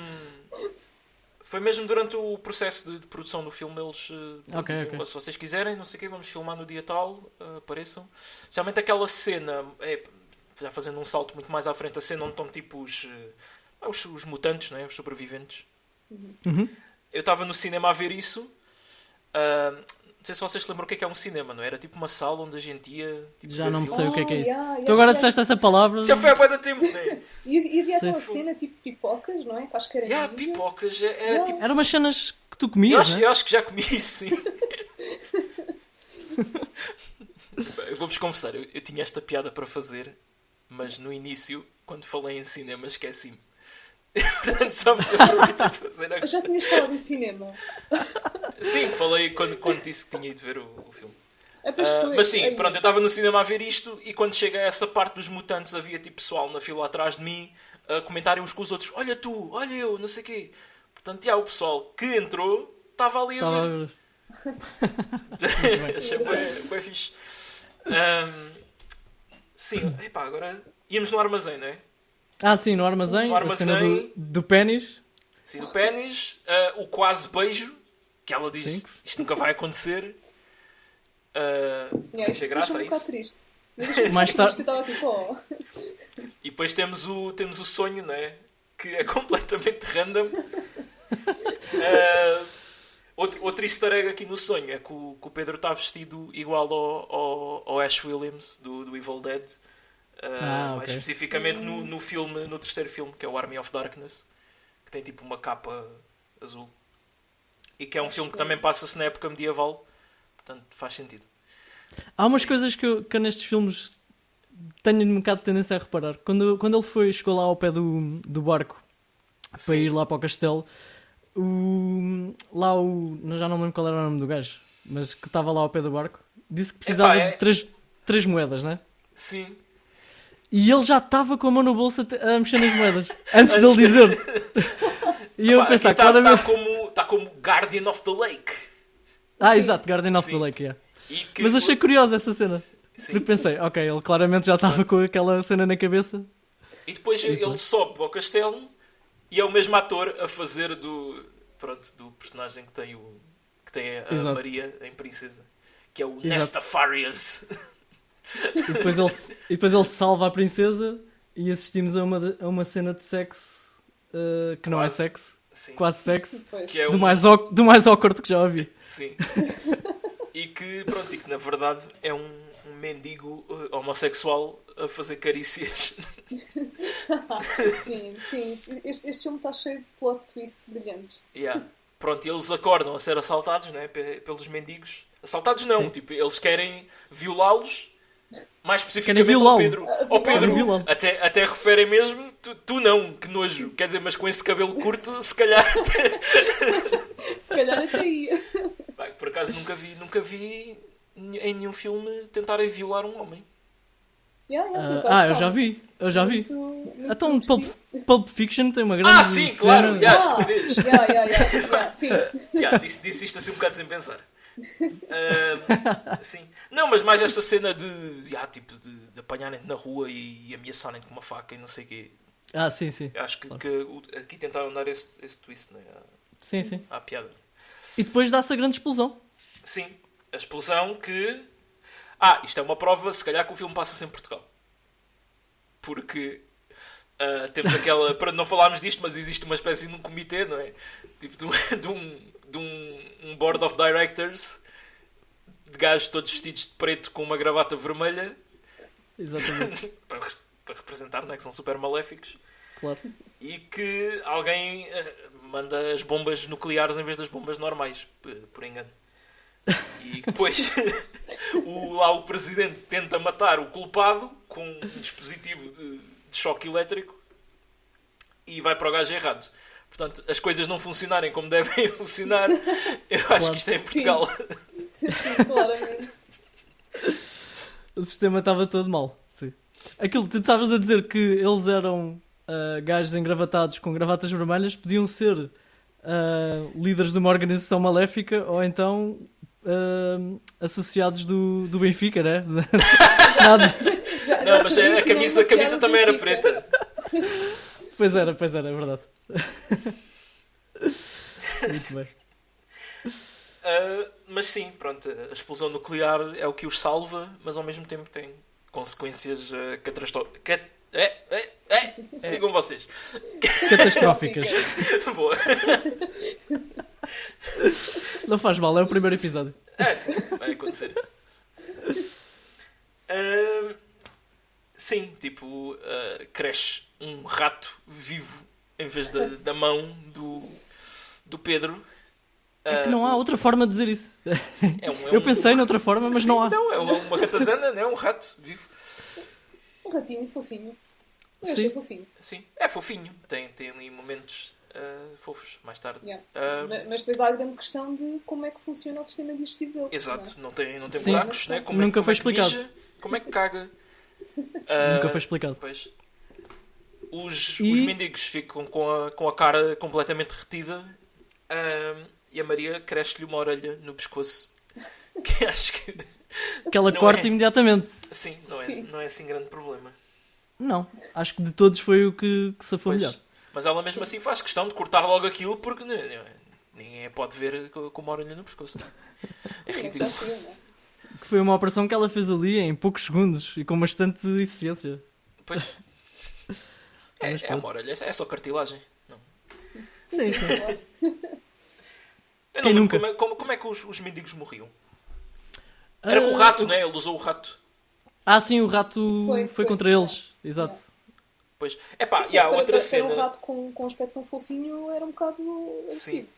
foi mesmo durante o processo de produção do filme. Eles Ok, diziam, ok. se vocês quiserem, não sei o quê, vamos filmar no dia tal, apareçam. Especialmente aquela cena, já fazendo um salto muito mais à frente, a cena onde estão tipo os mutantes, não é? Os sobreviventes. Uhum. Eu estava no cinema a ver isso. Não sei se vocês se lembram o que é um cinema, não é? Era tipo uma sala onde a gente ia. Tipo, Já ver não me filmes. sei o que é isso. yeah, Tu agora yeah. disseste essa palavra. Já foi há bué de tempo, não é? E havia aquela Sim. cena tipo pipocas, não é? Que acho que era Yeah, milho. pipocas, era Yeah. tipo. Eram umas cenas que tu Eu comias, né? acho que já comi isso, sim. Eu vou-vos confessar, eu tinha esta piada para fazer, mas no início, quando falei em cinema, esqueci-me. Portanto, só me aproveitei de fazer agora. Já tinhas falado em cinema. Sim, falei quando disse que tinha ido ver o filme. Pois foi. Mas sim, Aí. pronto, eu estava no cinema a ver isto e quando chega a essa parte dos mutantes havia tipo pessoal na fila atrás de mim a comentarem uns com os outros: olha tu, olha eu, não sei o quê. Portanto, já o pessoal que entrou estava ali a ver. Estava... Achei bem fixe. Sim, epá, agora íamos no armazém, não é? Ah, sim, no armazém. No A cena armazém. do pênis. Sim, o pênis, o quase beijo, que ela diz: Sim. isto nunca vai acontecer. Yeah, Achei isso graça deixou-me a um bocado isso. triste. Mas Mais tarde- eu estava tipo, oh. E depois temos o sonho, não é? Que é completamente random. Outro easter egg aqui no sonho é que o Pedro está vestido igual ao Ash Williams do Evil Dead. Mais ok. especificamente no filme, no terceiro filme, que é o Army of Darkness, que tem tipo uma capa azul. E que é um filme que também passa-se na época medieval. Portanto, faz sentido. Há umas coisas que eu nestes filmes tenho um bocado de tendência a reparar. Quando ele chegou lá ao pé do barco para Sim. ir lá para o castelo, já não me lembro qual era o nome do gajo, mas que estava lá ao pé do barco, disse que precisava Epá, é- de três moedas, né? Sim. E ele já estava com a mão no bolso a mexer nas moedas, antes dele dizer. E eu a pensar, claramente. Está como Guardian of the Lake. Ah, Sim. exato, Guardian of Sim. the Lake, yeah. E que Mas achei curiosa essa cena. Sim. Porque pensei, ok, ele claramente já estava com aquela cena na cabeça. E depois ele sobe ao castelo e é o mesmo ator a fazer do personagem que tem a Exato. Maria em Princesa, que é o Exato. Nestafarius. E depois ele salva a princesa e assistimos a uma cena de sexo que não é Quase. sexo, Sim. quase sexo, Pois. Que é do mais awkward que já ouvi. Sim. E que na verdade é um mendigo homossexual a fazer carícias. Sim. Este filme está cheio de plot twists brilhantes. Yeah. Pronto, e eles acordam a ser assaltados, né, pelos mendigos. Assaltados não, Sim. tipo, eles querem violá-los, mais Querem especificamente ao violá-lo. Pedro. Ao Querem Pedro, violá-lo. até referem mesmo, tu não, que nojo. Quer dizer, mas com esse cabelo curto, se calhar... Se calhar até ia. Bem, por acaso nunca vi em nenhum filme tentarem violar um homem. Por acaso Eu tá. já vi. Muito Então, progressivo. Pulp Fiction tem uma grande Sim, cena. claro, estupidez. Sim. Disse isto assim um bocado sem pensar. Sim. Não, mas mais esta cena de apanharem-te na rua e ameaçarem-te com uma faca e não sei o quê. Sim. Acho que, Claro. que aqui tentaram dar esse twist, né? Sim. À piada. E depois dá-se a grande explosão. Sim, a explosão que... isto é uma prova, se calhar, que o filme passa-se em Portugal. Porque temos aquela... Para não falarmos disto, mas existe uma espécie de um comitê, não é? Tipo de um board of directors de gajos todos vestidos de preto com uma gravata vermelha Exatamente. para representar, né? Que são super maléficos. Claro. E que alguém manda as bombas nucleares em vez das bombas normais, por engano. E depois lá o presidente tenta matar o culpado com um dispositivo de choque elétrico e vai para o gajo errado. Portanto, as coisas não funcionarem como devem funcionar, eu acho que isto é em Portugal. Sim, claramente. O sistema estava todo mal. Sim. Aquilo que tu estavas a dizer que eles eram gajos engravatados com gravatas vermelhas, podiam ser líderes de uma organização maléfica ou então associados do Benfica, né? Nada. Não, mas a camisa também era preta. Pois era, é verdade. Muito bem. Mas sim, pronto, a explosão nuclear é o que os salva, mas ao mesmo tempo tem consequências catastróficas. Digam vocês. Catastróficas. Boa. Não faz mal, é o primeiro episódio. Sim, vai acontecer. Sim, tipo, cresce um rato vivo em vez da mão do Pedro. É que não há outra forma de dizer isso. Eu um pensei noutra forma, mas sim, não há. Não, é uma ratazana, não é um rato vivo. Um ratinho fofinho. Eu Sim. achei fofinho. Sim, é fofinho. Tem ali momentos fofos mais tarde. Yeah. Mas depois há a grande questão de como é que funciona o sistema digestivo dele. Exato, não tem Sim. buracos, né? Nunca foi como explicado. mija, como é que caga. Nunca foi explicado. Pois. Os mendigos ficam com a cara completamente retida e a Maria cresce-lhe uma orelha no pescoço. Que acho que ela não corta é. imediatamente. Sim, não é assim grande problema. Não, acho que de todos foi o que safou Pois. melhor. Mas ela mesmo assim faz questão de cortar logo aquilo porque ninguém pode ver com uma orelha no pescoço. É Já ridículo. se viu, não é? Que foi uma operação que ela fez ali em poucos segundos e com bastante eficiência. Pois. Mas É pronto. uma orelha, é só cartilagem. Não. Sim, Sim. claro. Eu Quem não nunca? lembro como é que os mendigos morriam. Era com o rato, né? Ele usou o rato. Sim, o rato foi contra eles. Exato. Pois. Sim, E há outra para cena. um rato com um aspecto tão fofinho era um bocado agressivo.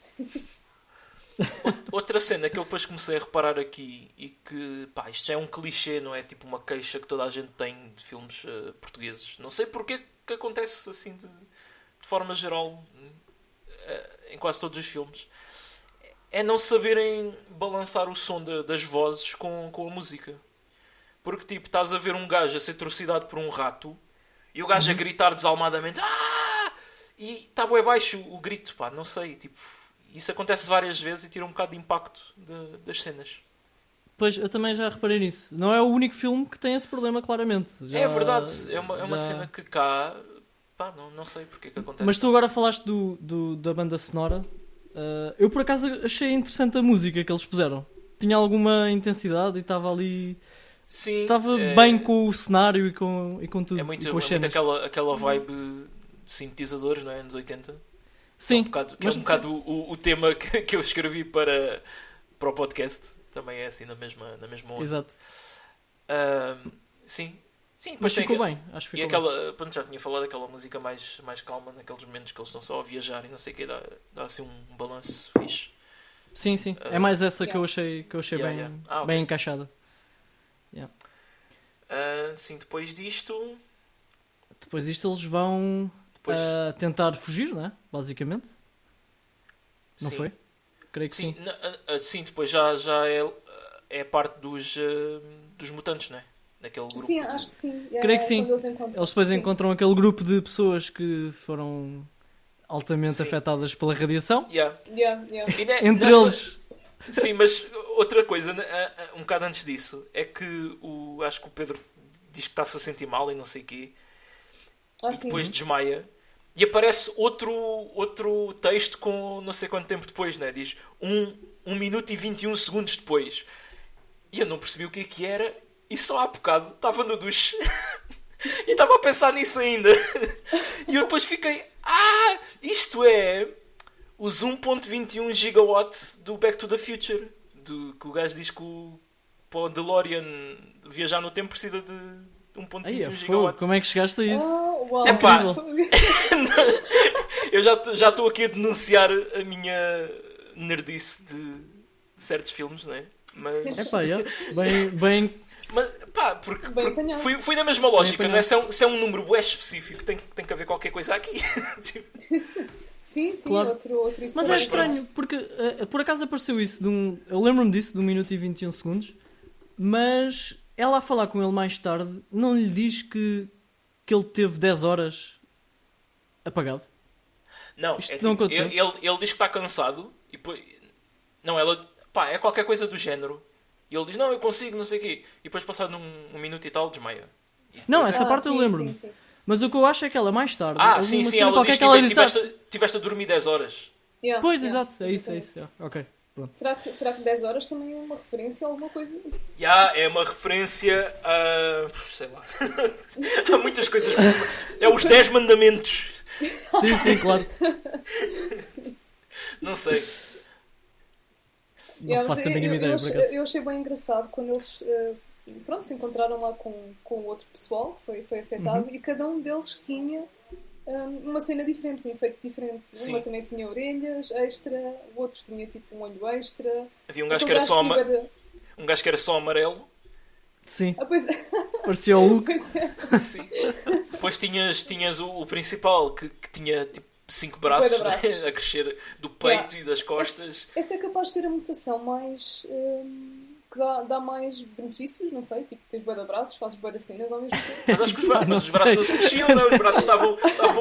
Outra cena que eu depois comecei a reparar aqui e que, isto já é um clichê, não é? Tipo uma queixa que toda a gente tem de filmes portugueses. Não sei porque que acontece assim de forma geral em quase todos os filmes. É não saberem balançar o som das vozes com a música. Porque, tipo, estás a ver um gajo a ser trucidado por um rato e o gajo a gritar desalmadamente e está bué baixo o grito, não sei, tipo... Isso acontece várias vezes e tira um bocado de impacto das cenas. Pois, eu também já reparei nisso. Não é o único filme que tem esse problema, claramente. É verdade, é uma cena que cá... não sei porque que acontece. Mas tu agora falaste da banda sonora. Eu, por acaso, achei interessante a música que eles puseram. Tinha alguma intensidade e estava ali... Sim, Estava bem com o cenário e com tudo. É muito, e com as muito cenas. aquela vibe de sintetizadores, não é? Anos 80. Sim, Que é um bocado o tema que eu escrevi para o podcast. Também é assim na mesma onda. exato. Sim. Sim, Mas tem ficou bem. Acho que E ficou bem. aquela, pronto, já tinha falado, aquela música mais calma naqueles momentos que eles estão só a viajar e não sei o que, dá assim um balanço fixe. Sim. É mais essa que eu yeah. achei bem, Yeah. Ok. bem encaixada. Sim, depois disto... Depois disto eles vão Depois, tentar fugir, não é? Basicamente. Não sim. foi? Creio que sim. Sim, depois já é parte dos mutantes, não é? Daquele grupo. Sim, acho que sim. Yeah, Creio que sim. quando eles encontram. Eles depois Sim. encontram aquele grupo de pessoas que foram altamente Sim. afetadas pela radiação. Yeah. Yeah. E Entre eles... Sim, mas outra coisa, um bocado antes disso, é que acho que o Pedro diz que está-se a sentir mal e não sei o quê, e Sim. depois desmaia, e aparece outro texto com não sei quanto tempo depois, né? Diz 1 minuto e 21 segundos depois. E eu não percebi o que era, e só há bocado estava no duche e estava a pensar nisso ainda. E eu depois fiquei, isto é os 1.21 gigawatts do Back to the Future, que o gajo diz que para o DeLorean viajar no tempo precisa de Aí, 1.21 fogo, gigawatts. como é que chegaste a isso? Uau. Epá. Incrível. Eu já estou aqui a denunciar a minha nerdice de certos filmes, não é? Epá, yeah. Bem, Mas pá, porque Bem apanhado. fui na mesma lógica, Bem não é? Se é um número bué específico, tem que haver qualquer coisa aqui. Tipo, Sim, Claro. outro isso mas é também. estranho, porque por acaso apareceu isso eu lembro-me disso, de 1 minuto e 21 segundos, mas ela a falar com ele mais tarde não lhe diz que ele teve 10 horas apagado. não, Isto é não tipo, aconteceu? ele diz que está cansado e depois. Não, ela. Pá, é qualquer coisa do género. E ele diz, não, eu consigo, não sei o quê. E depois, passado um minuto e tal, desmaia. E Não, depois essa é- parte eu sim, lembro-me. sim. Mas o que eu acho é que ela mais tarde. Ah, houve sim, uma sim, cena ela qualquer diz que ela que disse. tiveste a dormir 10 horas. Yeah, Pois, yeah, exato, é isso. exatamente. Yeah. Ok, pronto. Será que 10 horas também é uma referência a alguma coisa? É uma referência a. Sei lá. Há muitas coisas. É os 10 mandamentos. Sim, claro. Não sei. Não faço a mínima ideia, por acaso. eu achei bem engraçado quando eles pronto, se encontraram lá com o outro pessoal que foi afetado e cada um deles tinha uma cena diferente, um efeito diferente. Sim. Uma também tinha orelhas extra, o outro tinha tipo um olho extra. Havia um gajo que Aquele era só tinha bué de- um gajo que era só amarelo. Sim, Ah, pois é. parecia o Hulk. Pois é. Sim. Depois tinhas o principal que tinha tipo 5 braços, Bué de braços. né? A crescer do peito Yeah. e das costas. Essa é capaz de ser a mutação mais que dá mais benefícios, não sei, tipo, tens bué de braços, fazes bué de cenas ao mesmo tempo. Mas acho que Não os braços não se mexiam, não, os braços estavam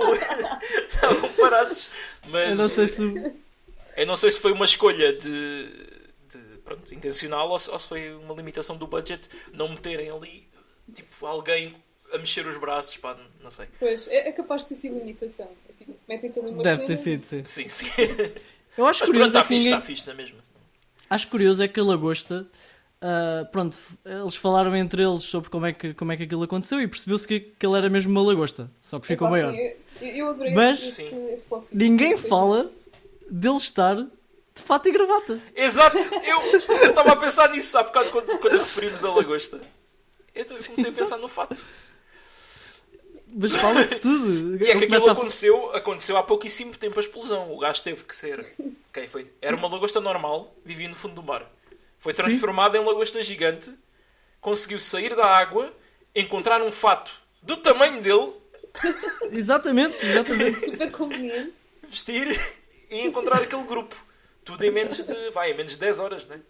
parados. Mas Eu não sei se. eu não sei se foi uma escolha pronto, intencional ou se foi uma limitação do budget não meterem ali tipo alguém a mexer os braços, pá, não sei. Pois, é capaz de ter sido limitação. É tipo, metem-te ali uma Deve ter cena. sido, sim. Sim. Eu acho Mas pronto, curioso é está que fixe, ninguém. está fixe na mesma. Acho curioso é que a lagosta. Pronto, eles falaram entre eles sobre como é que aquilo aconteceu e percebeu-se que ele era mesmo uma lagosta, só que ficou Epá, maior. sim, eu adorei Mas esse plot twist. Ninguém Foi fala dele estar de fato e gravata. Exato, eu estava a pensar nisso há bocado quando referimos a lagosta. Eu comecei a pensar no fato. Mas fala-se de tudo. E é que Ele aquilo começa aconteceu há pouquíssimo tempo a explosão. O gajo teve que ser. Era uma lagosta normal, vivia no fundo do mar. Foi transformada em lagosta gigante, conseguiu sair da água, encontrar um fato do tamanho dele, Exatamente. super conveniente. vestir e encontrar aquele grupo. Tudo em menos de 10 horas, né?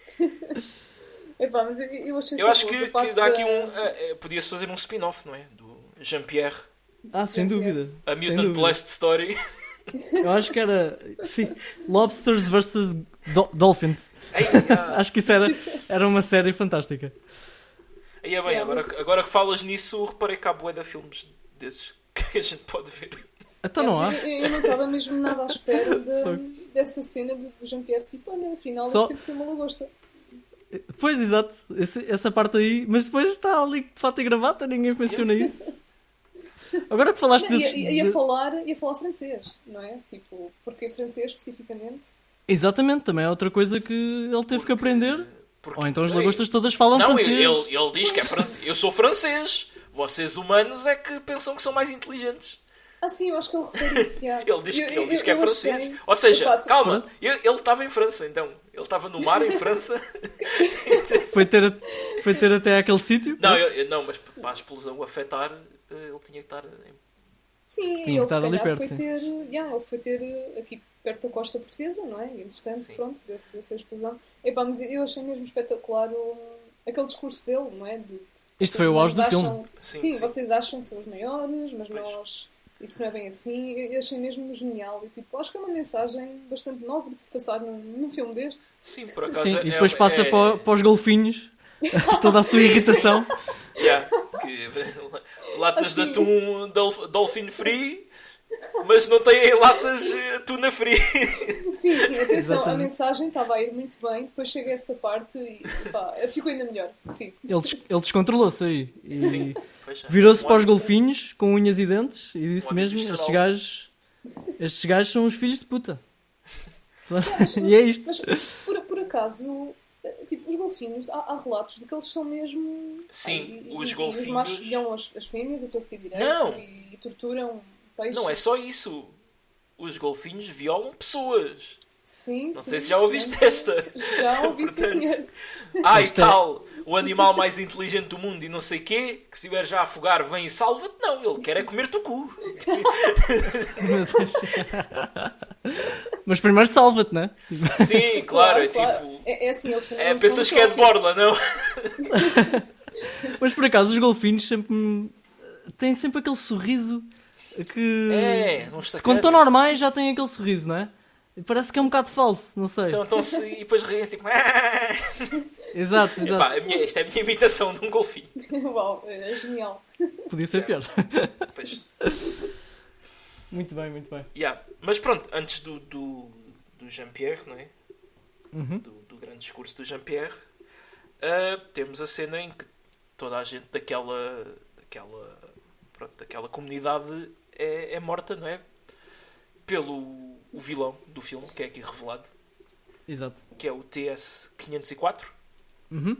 Epá, mas eu achei Eu acho fabuloso que a parte dá aqui da- podia-se fazer um spin-off, não é? Do Jean-Pierre, Sem dúvida. a Sem Mutant dúvida. Blast Story. Eu acho que era. Sim. Lobsters vs Dolphins. Ei, Acho que isso era uma série fantástica. aí é bem, agora que falas nisso, reparei que há bué de filmes desses que a gente pode ver. Então não há. Mas eu não estava mesmo nada à espera dessa cena do Jean-Pierre. Tipo, olha, afinal, Só- eu sempre fui uma lagosta. Pois, exato. Essa parte aí. Mas depois está ali de fato e gravata, ninguém menciona isso. Agora que falaste Não, desses. ia falar francês, não é? Tipo, porque francês especificamente. Exatamente, também é outra coisa que ele teve que aprender. Ou então as Ei, lagostas todas falam Não, francês. ele diz que é francês. Eu sou francês. Vocês humanos é que pensam que são mais inteligentes. Ah, sim, eu acho que ele refere isso. já. Ele diz que é eu francês. achei- Ou seja, Epá, calma, ele estava em França, então. Ele estava no mar em França. Foi ter até aquele sítio. Não, mas para a explosão afetar, ele tinha que estar. Sim, Tinha que ele se estar ali calhar perto, foi sim. ter. Ele foi ter aqui perto da costa portuguesa, não é? E entretanto, Sim. pronto, deu-se a explosão. Epá, mas eu achei mesmo espetacular aquele discurso dele, não é? Isto foi o auge do filme. Sim. Vocês acham que são os maiores, mas nós. Isso não é bem assim. Eu achei mesmo genial. E tipo, acho que é uma mensagem bastante nobre de se passar num filme destes. Sim, por acaso. Sim, e depois passa para os golfinhos. Toda a sua irritação. Latas de Assim. atum Dolphin Free, mas não têm latas tuna free. Sim, atenção, Exatamente. a mensagem estava a ir muito bem. Depois chega essa parte e pá, ficou ainda melhor. Sim. Ele descontrolou-se aí. E Sim. Pois é. virou-se Um para os âmbito- golfinhos com unhas e dentes e disse Um mesmo: âmbito estes gajos são os filhos de puta. E é isto. Mas por acaso tipo, os golfinhos, há relatos de que eles são mesmo... Sim, e os os golfinhos... machos viam as fêmeas a torto e direito Não. e torturam peixes. Não é só isso. Os golfinhos violam pessoas. Sim, Não sim, sei se já ouviste sim. esta. Já ouvi, sim, Portanto, senhor. e Isto é- tal, o animal mais inteligente do mundo e não sei quê, que se estiver já a afogar vem e salva-te. Não, ele quer é comer-te o cu. Meu Deus. Mas primeiro salva-te, não é? Sim, claro, é tipo... É assim, eles É, não pensas são que é de tróficos. borla, não? Mas por acaso os golfinhos têm sempre aquele sorriso que... uns Quando estão sacanas. normais já têm aquele sorriso, não é? E parece que é um bocado falso, não sei. Então, e depois riem-se tipo... Exato, exato. Epá, isto é a minha imitação de um golfinho. Uau, é genial. Podia ser pior. Pois. Muito bem, muito bem. Yeah. Mas pronto, antes do Jean-Pierre, não é? Uhum. Do grande discurso do Jean-Pierre, temos a cena em que toda a gente daquela comunidade é morta, não é? Pelo o vilão do filme, que é aqui revelado, Exato. que é o TS-504, Uhum.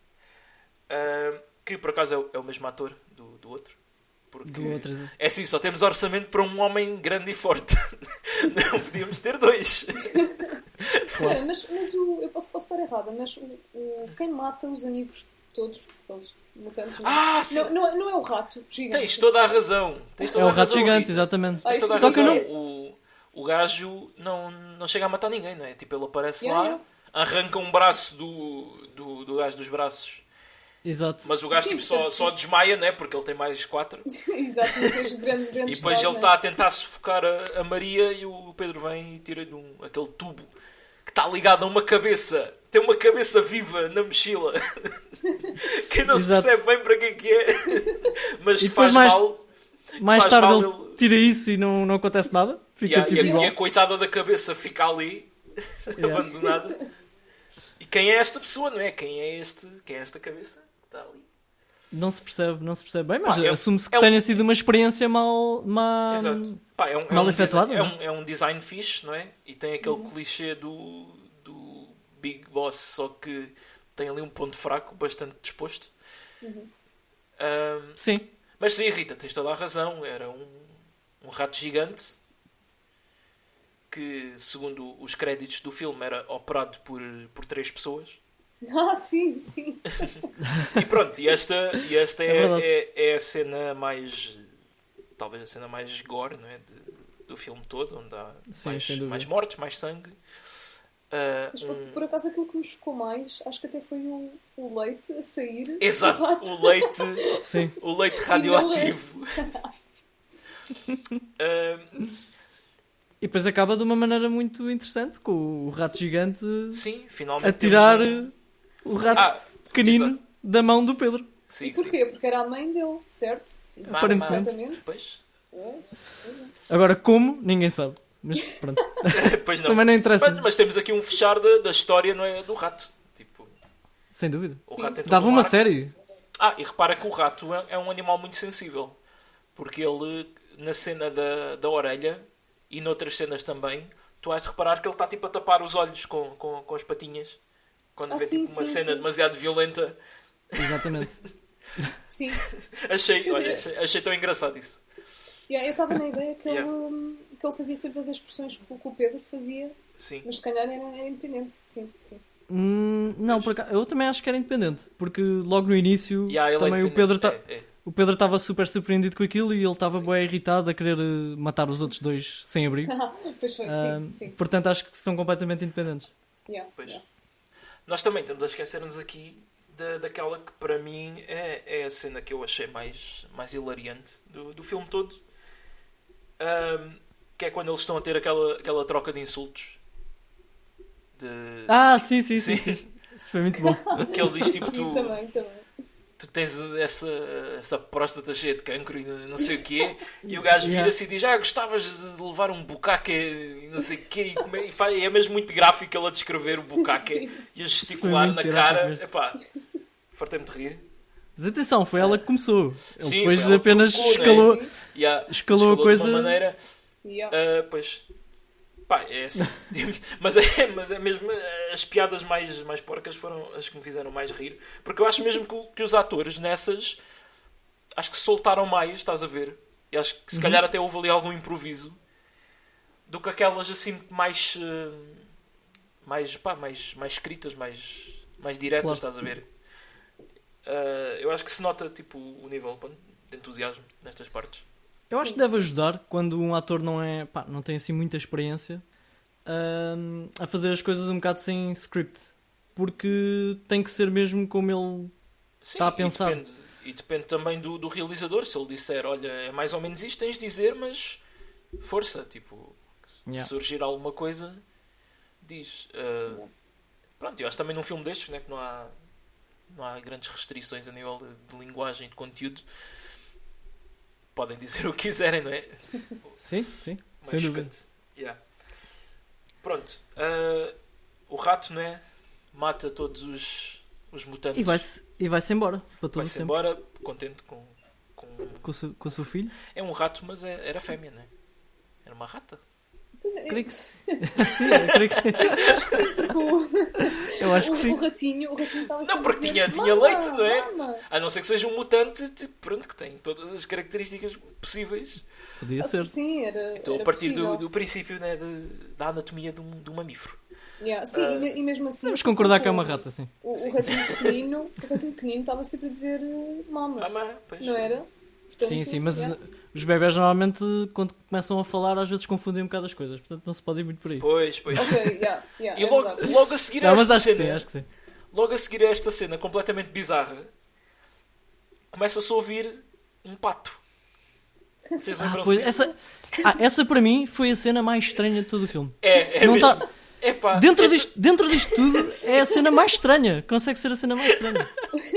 que por acaso é o mesmo ator do outro. Porque Do outro, exato. é assim, só temos orçamento para um homem grande e forte. Não podíamos ter dois. Claro. Mas eu posso estar errada, mas quem mata os amigos todos, aqueles mutantes, não, Sim. não é o rato gigante. Tens toda a razão. É o rato gigante, exatamente. Ai, Tens toda a Só que razão. eu O gajo não chega a matar ninguém, não é? Tipo, ele aparece Yeah, lá, arranca um braço do gajo dos braços, Exato. mas o gajo Sim, tipo, portanto, só desmaia, não é? Porque ele tem mais 4. Exato, não fez grandes E depois ele está a tentar sufocar a Maria e o Pedro vem e tira-lhe aquele tubo que está ligado a uma cabeça. Tem uma cabeça viva na mochila. Que não se Exato. percebe bem para que é. Mas E que faz depois mal. Mais faz tarde mal ele tira isso e não acontece nada. Fica tipo E igual. a coitada da cabeça fica ali, Yeah. abandonada. E quem é esta pessoa, não é? Quem é esta cabeça que está ali? Não se percebe bem, mas Pá, assume-se que é um- tenha sido uma experiência mal Exato. Pá, é mal um efetuada, design, não é? é um design fixe, não é? E tem aquele clichê do Big Boss, só que tem ali um ponto fraco, bastante disposto. Sim, Mas sim, Rita, tens toda a razão. Era um rato gigante que, segundo os créditos do filme, era operado por 3 pessoas. Sim, sim. E pronto, e esta verdade. é a cena mais... Talvez a cena mais gore, não é? Do filme todo, onde há Sim, sem dúvida. mais mortes, mais sangue. Mas por acaso aquilo que me chocou mais, acho que até foi o leite a sair. Exato, do rato. sim. o leite radioativo. E depois acaba de uma maneira muito interessante, com o rato gigante Sim, finalmente a tirar temos o rato pequenino exato. da mão do Pedro. Sim, E porquê? Porque era a mãe dele, certo? Então, Aparentemente. completamente. Pois. Pois é. Agora como, ninguém sabe. Mas pronto, Pois não. também não interessa. Mas temos aqui um fechar da história, não é? Do rato. Tipo, Sem dúvida. o Sim. rato é todo Dava um uma arco. série. E repara que o rato é um animal muito sensível. Porque ele, na cena da orelha e noutras cenas também, tu vais reparar que ele está tipo a tapar os olhos com as patinhas. Quando vê Sim, tipo uma sim, cena sim. demasiado violenta. Exatamente. Sim. Achei tão engraçado isso. Eu estava na ideia que Yeah. ele fazia sempre as expressões que o Pedro fazia, Sim. mas se calhar era independente. Sim, sim. Não, por acaso, eu também acho que era independente. Porque logo no início Ele é também o independente. Pedro o Pedro estava super surpreendido com aquilo e ele estava bem irritado a querer matar os outros dois sem abrigo. Pois foi, sim, sim. Portanto, acho que são completamente independentes. Yeah, Pois. yeah. Nós também estamos a esquecer-nos aqui daquela que para mim é a cena que eu achei mais hilariante do filme todo. Que é quando eles estão a ter aquela troca de insultos. Sim. Sim. Isso foi muito bom. Que ele diz tipo, Sim, também. tu tens essa próstata cheia de cancro e não sei o quê, e o gajo Yeah. vira-se e diz, gostavas de levar um bucaque e não sei o quê, e é mesmo muito gráfico ele a descrever o bucaque Sim. e a gesticular Foi na muito cara. gráfico Epá, fartei-me de rir. Mas atenção, foi ela que começou. Ele Sim, depois foi ela que apenas provocou, né? escalou, Sim. Yeah, escalou a de coisa. uma maneira. Yeah. Pois. Pá, é assim. mas é mesmo. As piadas mais porcas foram as que me fizeram mais rir. Porque eu acho mesmo que os atores nessas. Acho que se soltaram mais, estás a ver? E acho que se calhar até houve ali algum improviso. Do que aquelas assim mais. Mais escritas, mais diretas, Claro. estás a ver? Eu acho que se nota tipo, o nível de entusiasmo nestas partes. Eu acho que deve ajudar quando um ator não tem assim muita experiência a fazer as coisas um bocado sem script. Porque tem que ser mesmo como ele Sim, está a pensar. E depende também do realizador. Se ele disser, olha, é mais ou menos isto, tens de dizer, mas força, tipo, se Yeah. surgir alguma coisa, diz. Pronto, eu acho também num filme destes, né, que não há grandes restrições a nível de linguagem e de conteúdo. Podem dizer o que quiserem, não é? Sim, sim. Mais Sem dúvida. chocante. Yeah. Pronto. O rato, não é? Mata todos os mutantes. E vai-se embora para todo o Vai-se tempo. embora, contente com... Com o seu filho. É um rato, mas era fêmea, não é? Era uma rata. Pois é, Creio que sim. Sim, eu creio que... eu acho que sim, porque Eu acho que sim. o ratinho estava sempre porque a dizer, tinha "Mama, leite, não é?" mama." A não ser que seja um mutante, tipo, pronto, que tem todas as características possíveis. Podia Ah, ser. sim, era, Então, era a partir possível. do princípio, né, da anatomia de um mamífero. Yeah, sim, e mesmo assim... Vamos concordar sempre que é uma rata, sim. O Sim. ratinho pequenino estava sempre a dizer mama, Mamã, pois. não era? Portanto, Sim, sim, mas yeah. os bebés normalmente, quando começam a falar, às vezes confundem um bocado as coisas. Portanto, não se pode ir muito por aí. Pois. Ok, yeah, E é logo verdade. a seguir a Não, mas esta acho que sim, cena, acho que sim. logo a seguir a esta cena completamente bizarra, começa-se a ouvir um pato. Vocês lembram-se Pois, disso? essa para mim foi a cena mais estranha de todo o filme. É Não mesmo. tá- Epá, Dentro disto tudo, é a cena mais estranha. Consegue ser a cena mais estranha.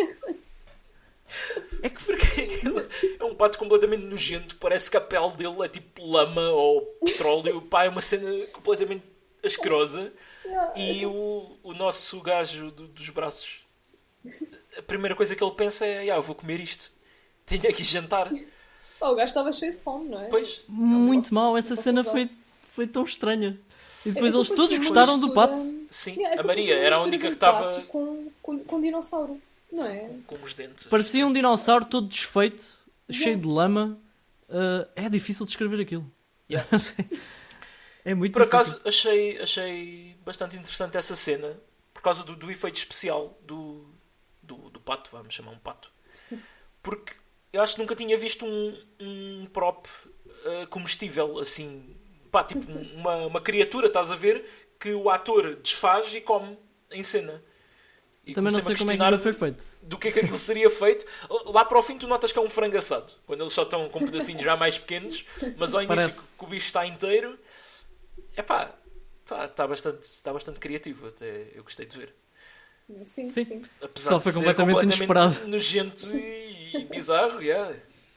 É que porque é um pato completamente nojento, parece que a pele dele é tipo lama ou petróleo, pá, é uma cena completamente asquerosa. Yeah, E o nosso gajo dos braços, a primeira coisa que ele pensa é: eu vou comer isto, tenho aqui jantar. o gajo estava cheio de fome, não é? Pois, Muito posso- mal, não essa posso cena julgar. foi tão estranha. E É depois que eles parecia todos uma gostaram do mistura- pato. sim, Yeah, é que a Maria parecia era a uma única que mistura de estava pato com um dinossauro, não é? com os dentes. assim. Parecia um dinossauro todo desfeito, cheio de lama. É difícil descrever aquilo. Yeah. É muito Por difícil. acaso achei bastante interessante essa cena por causa do efeito especial do pato, vamos chamar um pato. Porque eu acho que nunca tinha visto um prop comestível assim. Pá, tipo uma criatura, estás a ver, que o ator desfaz e come em cena. E Também não comecei-me sei a como é que questionar aquilo foi feito. do que é que aquilo seria feito. Lá para o fim tu notas que é um frango assado. Quando eles só estão com pedacinhos já mais pequenos. Mas ao início Parece. que o bicho está inteiro. Epá, está bastante criativo. Até eu gostei de ver. Sim, Sim. sim. Apesar Só de foi ser completamente inesperado. nojento e bizarro. Yeah.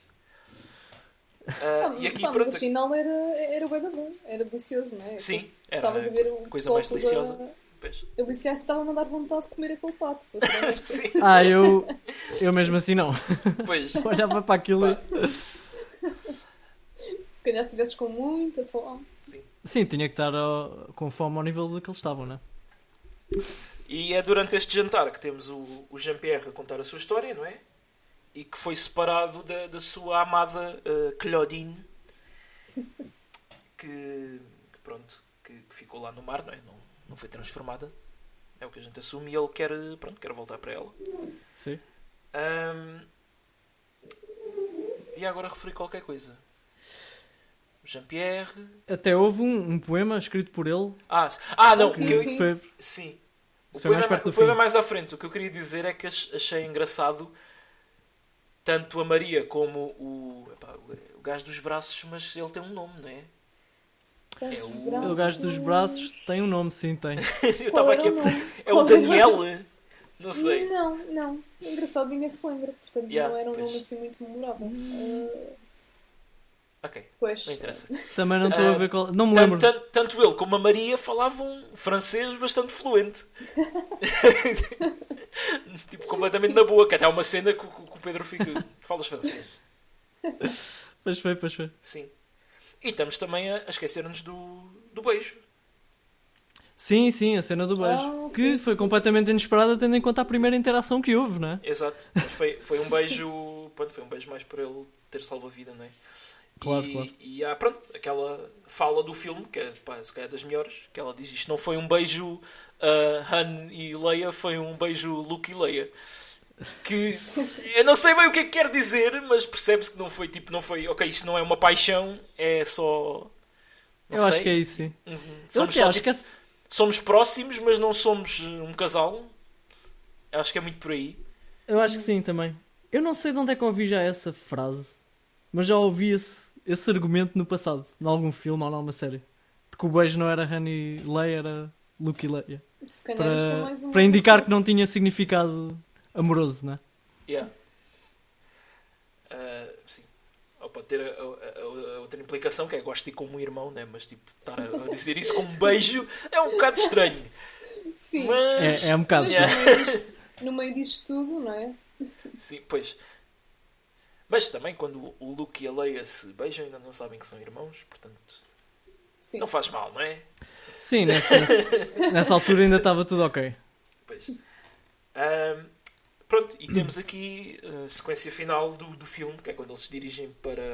E aqui Mas pronto. afinal era bué da bom, era delicioso, não é? Sim, era Estavas a ver o a coisa pessoal mais todo deliciosa. Pois. Ele disse que estava a mandar vontade de comer aquele pato. vou ser honesta. Sim, Eu mesmo assim não. pois. Olhava para aquilo e... Se calhar se estivesses com muita fome. Sim. Sim, tinha que estar com fome ao nível do que eles estavam, não é? E é durante este jantar que temos o Jean-Pierre a contar a sua história, não é? E que foi separado da sua amada Claudine, que ficou lá no mar, não é? Não foi transformada. É o que a gente assume e ele quer voltar para ela. Sim. E agora referi qualquer coisa. Jean-Pierre... Até houve um poema escrito por ele. Não, sim, que eu- sim. Que foi, sim. O Isso foi mais poema, perto do o poema é fim. mais à frente. O que eu queria dizer é que achei engraçado tanto a Maria como o gajo dos braços, mas ele tem um nome, não é? Gajo o- dos braços. o gajo dos braços tem um nome, sim, tem. Eu Qual estava era aqui o nome? É o Qual era Daniel? Não sei. Não. Engraçado, ninguém se lembra. Portanto, Yeah, não era um pois. nome assim muito memorável. Ok, Pois. não interessa. Também não estou a ver qual. Não me lembro. Tanto ele como a Maria falavam francês bastante fluente. Tipo, completamente na boa. Que até há uma cena que o Pedro fica... Falas francês. Pois foi. Sim. E estamos também a esquecer-nos do beijo. Sim, sim, a cena do beijo. Ah, que sim, foi sim, completamente inesperada, tendo em conta a primeira interação que houve, não é? Exato. Mas foi um beijo. Pronto, foi um beijo mais por ele ter salvo a vida, não é? Claro, claro. E há, pronto, aquela fala do filme, que é, pá, se calhar das melhores, que ela diz: isto não foi um beijo Han e Leia, foi um beijo Luke e Leia. Que eu não sei bem o que é que quer dizer, mas percebe-se que não foi tipo, não foi, ok, isto não é uma paixão, é só. Não Eu sei, acho que é isso, sim. Somos, Eu só, acho tipo, que é... somos próximos, mas não somos um casal. Acho que é muito por aí. Eu acho que sim, também. Eu não sei de onde é que eu ouvi já essa frase, mas já ouvi esse argumento no passado, em algum filme ou em alguma série. De que o beijo não era Han e Leia, era Luke e Leia. Se calhar isto é Para, mais uma para indicar que referência. não tinha significado amoroso, não é? Yeah. Sim. Ou pode ter a outra implicação, que é gosto de ir como um irmão, né? Mas tipo, estar a dizer isso com um beijo é um bocado estranho. Sim, Mas... É um bocado. mas no meio disto tudo, não é? Sim, pois. Mas também quando o Luke e a Leia se beijam ainda não sabem que são irmãos, portanto Sim. não faz mal, não é? Sim, nessa altura ainda estava tudo ok. Pois. Pronto, e temos aqui a sequência final do filme, que é quando eles se dirigem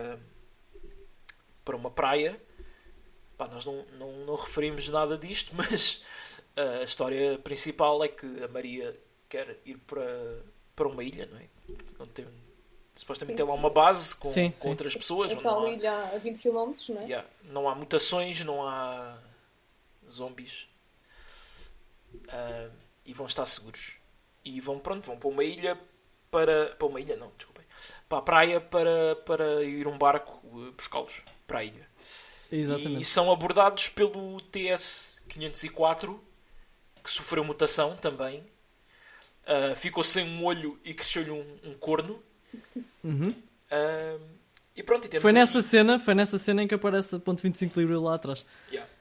para uma praia. Pá, nós não referimos nada disto, mas a história principal é que a Maria quer ir para uma ilha, não é? Onde supostamente Sim. tem lá uma base com Sim. outras pessoas. A Onde tal não há, ilha a 20 km, não é? yeah, não há mutações, não há zombies. E vão estar seguros. E vão para uma ilha para uma ilha, não, desculpem. Para a praia para ir um barco buscá-los para a ilha. Exatamente. E são abordados pelo TS-504, que sofreu mutação também. Ficou sem um olho e cresceu-lhe um corno. Uhum. E pronto, e temos Foi aqui- nessa cena em que aparece a ponto 25 livre lá atrás. Yeah.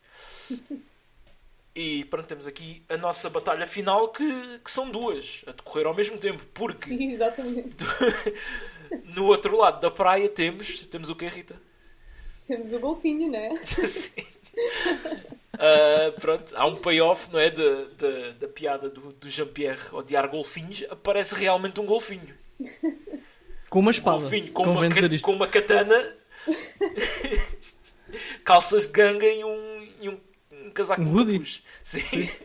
E pronto, temos aqui a nossa batalha final, que são duas a decorrer ao mesmo tempo, porque Exatamente. no outro lado da praia temos o que, Rita? Temos o golfinho, não é? Sim. Pronto, há um payoff, não é? Da piada do Jean-Pierre odiar golfinhos. Aparece realmente um golfinho. Com uma Um espada. golfinho Convém dizer isto. com uma katana, calças de ganga e um casaco Um com hoodie. capuz. Sim.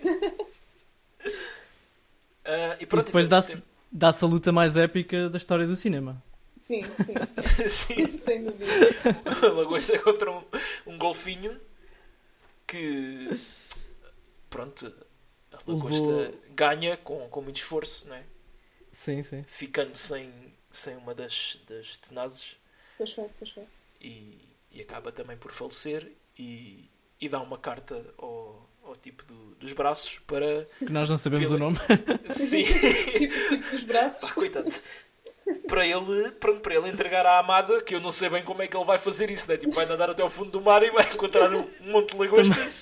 E E pronto, depois temos- dá-se a luta mais épica da história do cinema. Sim, sim. Sim. Sem dúvida. A lagosta contra um golfinho que, pronto, a lagosta Levou- ganha com muito esforço, não é? Sim, sim. Ficando sem uma das tenazes Pois foi, pois foi. e acaba também por falecer e dá uma carta ao tipo dos braços para... Que nós não sabemos Pila- o nome. Sim. Tipo dos braços. Pá, coitado. Para ele entregar à amada, que eu não sei bem como é que ele vai fazer isso, né? Tipo, vai nadar até ao fundo do mar e vai encontrar um monte de lagostas.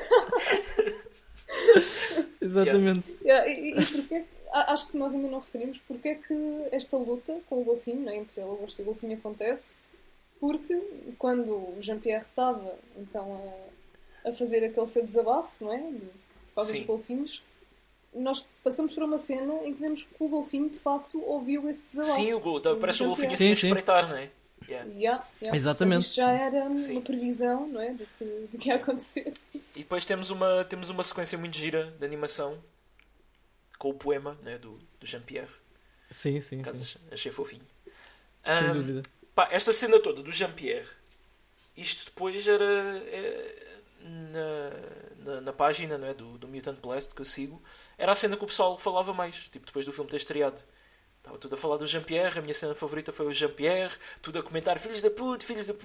Exatamente. E porquê? Acho que nós ainda não referimos porque é que esta luta com o golfinho, né, entre a lagosta e o golfinho acontece. Porque quando o Jean-Pierre estava então a fazer aquele seu desabafo, não é? Por causa Sim. dos golfinhos, nós passamos por uma cena em que vemos que o golfinho de facto ouviu esse desabafo. Sim, parece o golfinho Sim, assim a sim. espreitar, não é? Yeah. Yeah. Exatamente. Portanto, isto já era Sim. uma previsão, não é? Do que ia acontecer. E depois temos uma sequência muito gira de animação com o poema, né, do Jean-Pierre. Sim, sim. Por acaso sim. achei fofinho. Sem dúvida. Pá, esta cena toda do Jean-Pierre, isto depois era na página, não é, do Mutant Blast que eu sigo, era a cena que o pessoal falava mais, tipo, depois do filme ter estreado. Estava tudo a falar do Jean-Pierre, a minha cena favorita foi o Jean-Pierre, tudo a comentar filhos da puta,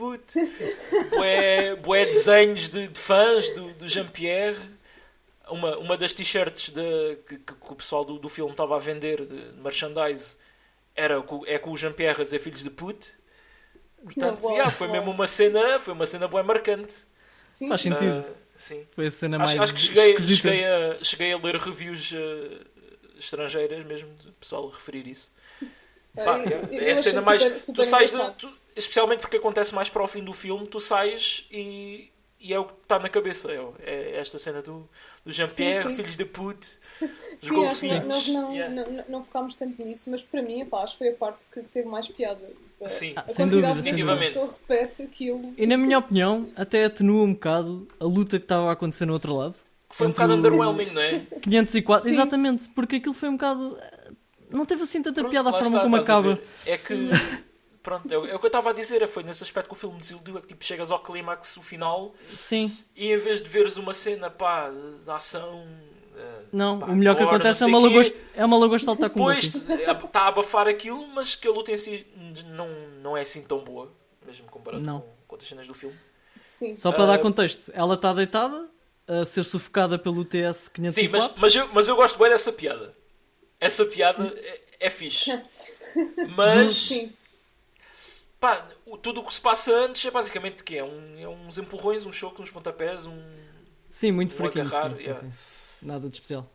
bué desenhos de fãs do Jean-Pierre. Uma das t-shirts que o pessoal do filme estava a vender de merchandise é com o Jean-Pierre a dizer filhos de puto. Portanto, Não, yeah, foi mesmo uma cena bué marcante. Sim, Faz sentido. Sim. Foi a cena mais Acho que esquisita. cheguei a ler reviews estrangeiras mesmo, de pessoal a referir isso. Eu- Pá, eu é a achei cena mais. super Tu sais engraçado. especialmente porque acontece mais para o fim do filme, tu sais e e é o que está na cabeça. É esta cena do Jean-Pierre, Sim. filhos de pute, os Sim, acho que golfinhos. nós Yeah. não focámos tanto nisso, mas para mim, epá, acho que foi a parte que teve mais piada. Sim. A sem quantidade dúvida, de sem vezes dúvida. que ele repete aquilo. E na minha opinião, até atenua um bocado a luta que estava a acontecer no outro lado. Que foi um Entre bocado o- underwhelming, não é? 504, Sim. exatamente, porque aquilo foi um bocado. Não teve assim tanta Pronto, piada a lá forma está, como estás a acaba. ver. É que, pronto, é o que eu estava a dizer. Foi nesse aspecto que o filme desiludiu. É que tipo, chegas ao clímax, o final, Sim, e em vez de veres uma cena, pá, de ação... não, pá, o melhor que agora, acontece não é sei uma quê. lagosta, é uma lagosta a lutar com um Depois golfinho. está a abafar aquilo, mas que a luta em si não é assim tão boa, mesmo comparado Não. com outras cenas do filme. Sim. Só para dar contexto, ela está deitada a ser sufocada pelo TS Sim, 504. mas eu gosto bem dessa piada. Essa piada é fixe. Mas, Sim. pá, tudo o que se passa antes é basicamente que é uns empurrões, uns chocos, uns pontapés, Sim, muito um fraquinho. agarrar, Sim, sim, yeah. sim. Nada de especial.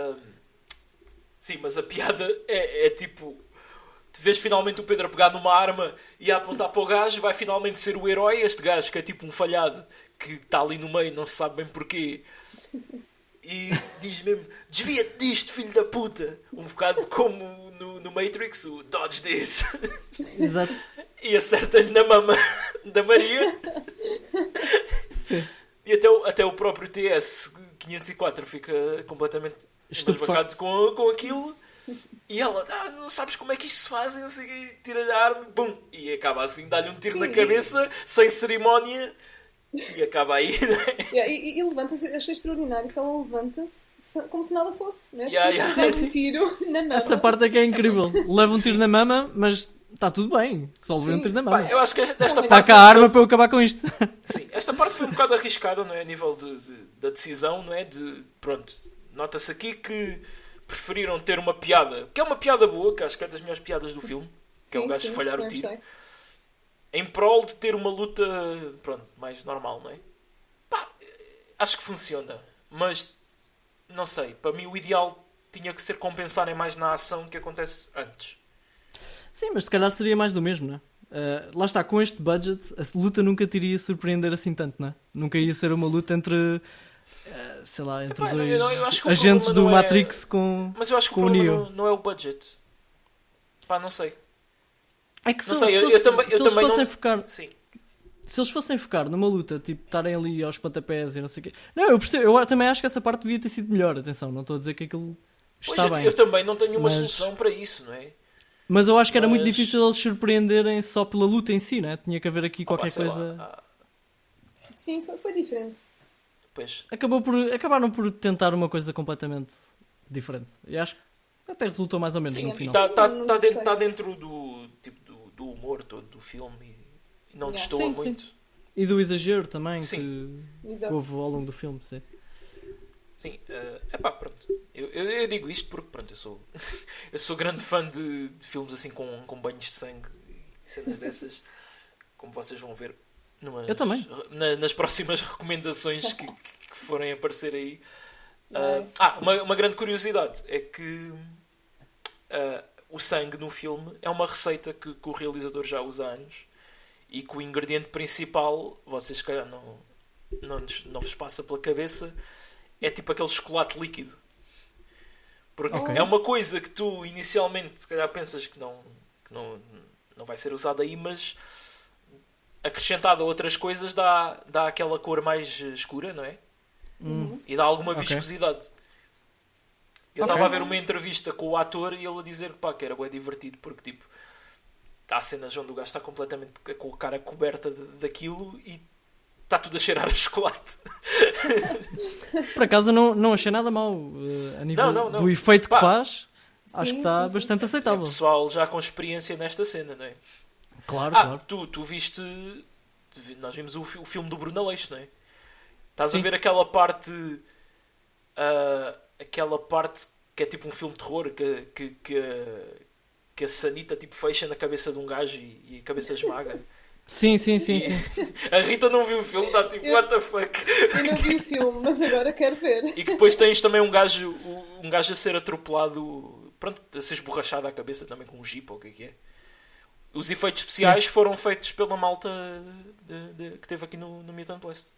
Sim, mas a piada é tipo... Tu vês finalmente o Pedro a pegar numa arma e a apontar para o gajo, vai finalmente ser o herói, este gajo que é tipo um falhado, que está ali no meio, não se sabe bem porquê. E diz mesmo, desvia-te disto, filho da puta. Um bocado como no Matrix, o Dodge this. Exato. E acerta-lhe na mama da Maria. Sim. E até o próprio TS 504 fica completamente Estupefacto. embasbacado com aquilo. E ela, não sabes como é que isto se faz, e não sei o quê, tira-lhe a arma, bum, e acaba assim, dá-lhe um tiro Sim, na cabeça, sem cerimónia, e acaba aí, não é? Yeah, e levanta-se, eu achei extraordinário que ela levanta-se como se nada fosse, né? Yeah, Depois yeah. de levar um tiro na mama. Essa parte é que é incrível. Leva um tiro na mama, mas está tudo bem. Só levei um Sim. tiro na Pá, mama. eu acho que esta Está Está parte... cá a arma para eu acabar com isto. Sim, esta parte foi um bocado arriscada, não é? A nível da decisão, não é? Pronto, nota-se aqui que preferiram ter uma piada, que é uma piada boa, que acho que é das melhores piadas do filme, que é o gajo falhar o também tiro, gostei. em prol de ter uma luta, pronto, mais normal, não é? Pá, acho que funciona, mas não sei, para mim o ideal tinha que ser compensarem mais na ação que acontece antes. Sim, mas se calhar seria mais do mesmo, não é? Lá está, com este budget, a luta nunca te iria surpreender assim tanto, não é? Nunca ia ser uma luta entre, sei lá, entre Epá, dois eu acho que o agentes do problema não é- Matrix com... Mas eu acho que Com o o problema Neo. não é o budget. Pá, não sei. É que se Não sei, eles eu fossem- também- se eu eles também fossem não- focar... Sim. Se eles fossem focar numa luta, tipo, estarem ali aos pontapés e não sei o quê... Não, eu percebo, eu também acho que essa parte devia ter sido melhor, atenção, não estou a dizer que aquilo Pois, está bem. eu também não tenho uma Mas- solução para isso, não é? Mas eu acho que era muito Mas- difícil eles surpreenderem só pela luta em si, né? Tinha que haver aqui Opa, qualquer sei lá, coisa... Sim, foi diferente. pois. Acabaram por tentar uma coisa completamente diferente. E acho que até resultou mais ou menos Sim, no e final. Não gostei. tá dentro do, tipo, do humor todo do filme e não Yeah. destoa Sim, muito. sim. E do exagero também Sim. que Exato. houve ao longo do filme, sim. Sim, pronto. Eu digo isto porque, pronto, eu sou grande fã de filmes assim com banhos de sangue e cenas dessas, como vocês vão ver Eu também. nas próximas recomendações que forem aparecer aí. Nice. Uma grande curiosidade é que o sangue no filme é uma receita que o realizador já usa há anos e que o ingrediente principal, vocês se calhar não vos passa pela cabeça, é tipo aquele chocolate líquido. Porque Ok. é uma coisa que tu inicialmente se calhar pensas que não vai ser usada aí, mas acrescentado a outras coisas dá aquela cor mais escura, não é? Uhum. E dá alguma Ok. viscosidade. Eu Ok. estava a ver uma entrevista com o ator e ele a dizer que era bem divertido porque tipo há cenas onde o gajo está completamente com a cara coberta daquilo e está tudo a cheirar a chocolate. Por acaso não achei nada mal a nível Não. do efeito Pá. que faz. Acho Sim, que está sim, sim. bastante É aceitável. pessoal já com experiência nesta cena, não é? Claro, claro. Tu viste... Nós vimos o filme do Bruno Aleixo, não é? Estás Sim. a ver aquela parte... aquela parte que é tipo um filme de terror que a sanita tipo fecha na cabeça de um gajo e a cabeça esmaga. Sim. A Rita não viu o filme, está tipo, what the fuck? Eu não vi o filme, mas agora quero ver. E que depois tens também um gajo a ser atropelado, pronto, a ser esborrachado à cabeça também com um jeep ou o que é. Os efeitos especiais foram feitos pela malta que teve aqui no Mutant Blast.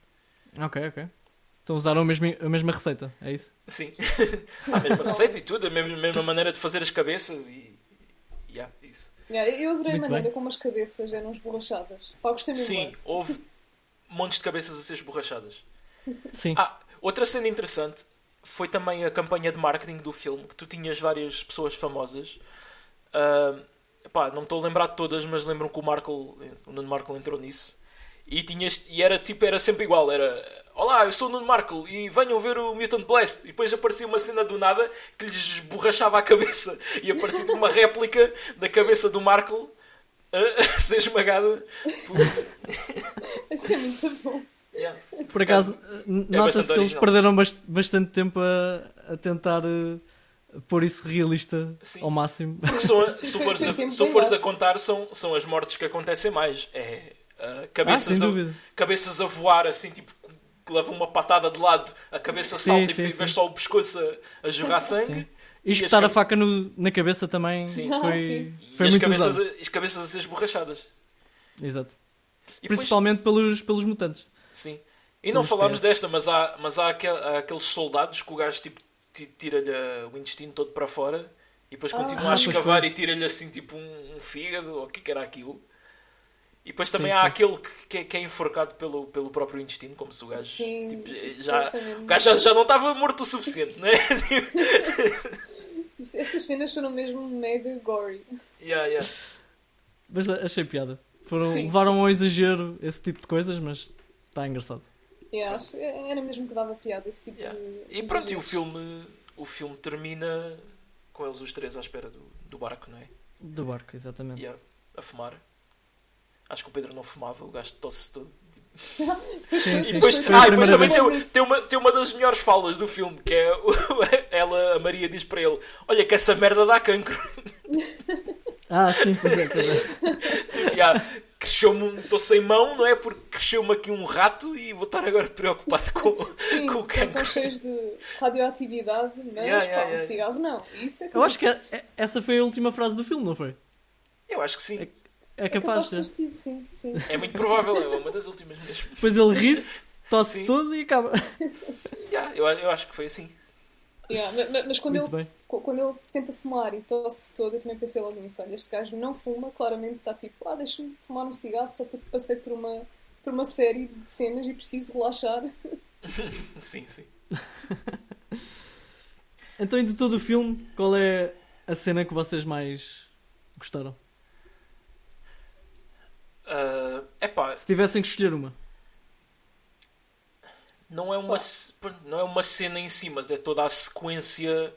Ok. Então usaram a mesma receita, é isso? Sim. A mesma receita e tudo, a mesma maneira de fazer as cabeças e... isso. Eu adorei Muito a maneira bem. como as cabeças eram esborrachadas. Pá, gostei muito. Sim, houve montes de cabeças a ser esborrachadas. Sim. Outra cena interessante foi também a campanha de marketing do filme, que tu tinhas várias pessoas famosas. Não me estou a lembrar de todas, mas lembram que o Nuno Markle entrou nisso. E era sempre igual, era... Olá, eu sou o Nuno Markle e venham ver o Mutant Blast. E depois aparecia uma cena do nada que lhes esborrachava a cabeça. E aparecia tipo uma réplica da cabeça do Markle a ser esmagada por... Isso é muito bom. Yeah. Por acaso, nota-se bastante que eles original. perderam bastante tempo a tentar pôr isso realista Sim. ao máximo. Porque se Foi fores tempo se fores a gasto. contar, são as mortes que acontecem mais. Sem dúvida. Cabeças a voar, assim, tipo, que levam uma patada de lado, a cabeça salta Sim, e vês só o pescoço a jorrar sangue. Sim. E as espetar a cabe- faca na cabeça também Sim. foi, Sim. foi E as muito cabeças, usado. as cabeças a ser esborrachadas. Exato. E depois- Principalmente pelos mutantes. Sim. E não Pelos falámos testes. desta, mas há aqueles soldados que o gajo tipo, tira-lhe o intestino todo para fora e depois continua a pois escavar foi. e tira-lhe assim tipo um fígado, ou o que era aquilo. E depois também Sim, há sim. aquele que é enforcado pelo próprio intestino, como se o gajo Sim, tipo, isso foi mesmo. o gajo já não estava morto o suficiente, não é? Essas cenas foram mesmo mega gory. Yeah. Mas achei piada. Sim. Levaram ao exagero esse tipo de coisas, mas está engraçado. Era mesmo que dava piada esse tipo Yeah. de. E pronto, e exageros. o filme termina com eles os três à espera do barco, não é? Do barco, exatamente. Yeah, a fumar. Acho que o Pedro não fumava, o gajo tosse todo. Sim, Pois sim. foi, Depois, foi, foi a depois primeira também vez. tem uma das melhores falas do filme, que é a Maria diz para ele: Olha que essa merda dá cancro. Sim, pois é. Tipo, estou sem mão, não é? Porque cresceu-me aqui um rato e vou estar agora preocupado com Sim, o cancro. estão cheios de radioatividade, mas Yeah. o cigarro não. Isso é que Eu acho que essa foi a última frase do filme, não foi? Eu acho que sim. É capaz de ter ser. sido, sim. É muito provável, é uma das últimas mesmo. Depois ele ri-se, tosse Sim. todo e acaba. Eu acho que foi assim. Mas quando Muito bem. ele tenta fumar e tosse todo, eu também pensei logo nisso. Olha, este gajo não fuma, claramente está tipo, deixa-me fumar um cigarro só porque passei por uma série de cenas e preciso relaxar. Sim. Então, e de todo o filme, qual é a cena que vocês mais gostaram? Se tivessem que escolher uma. Não é uma cena em si, mas é toda a sequência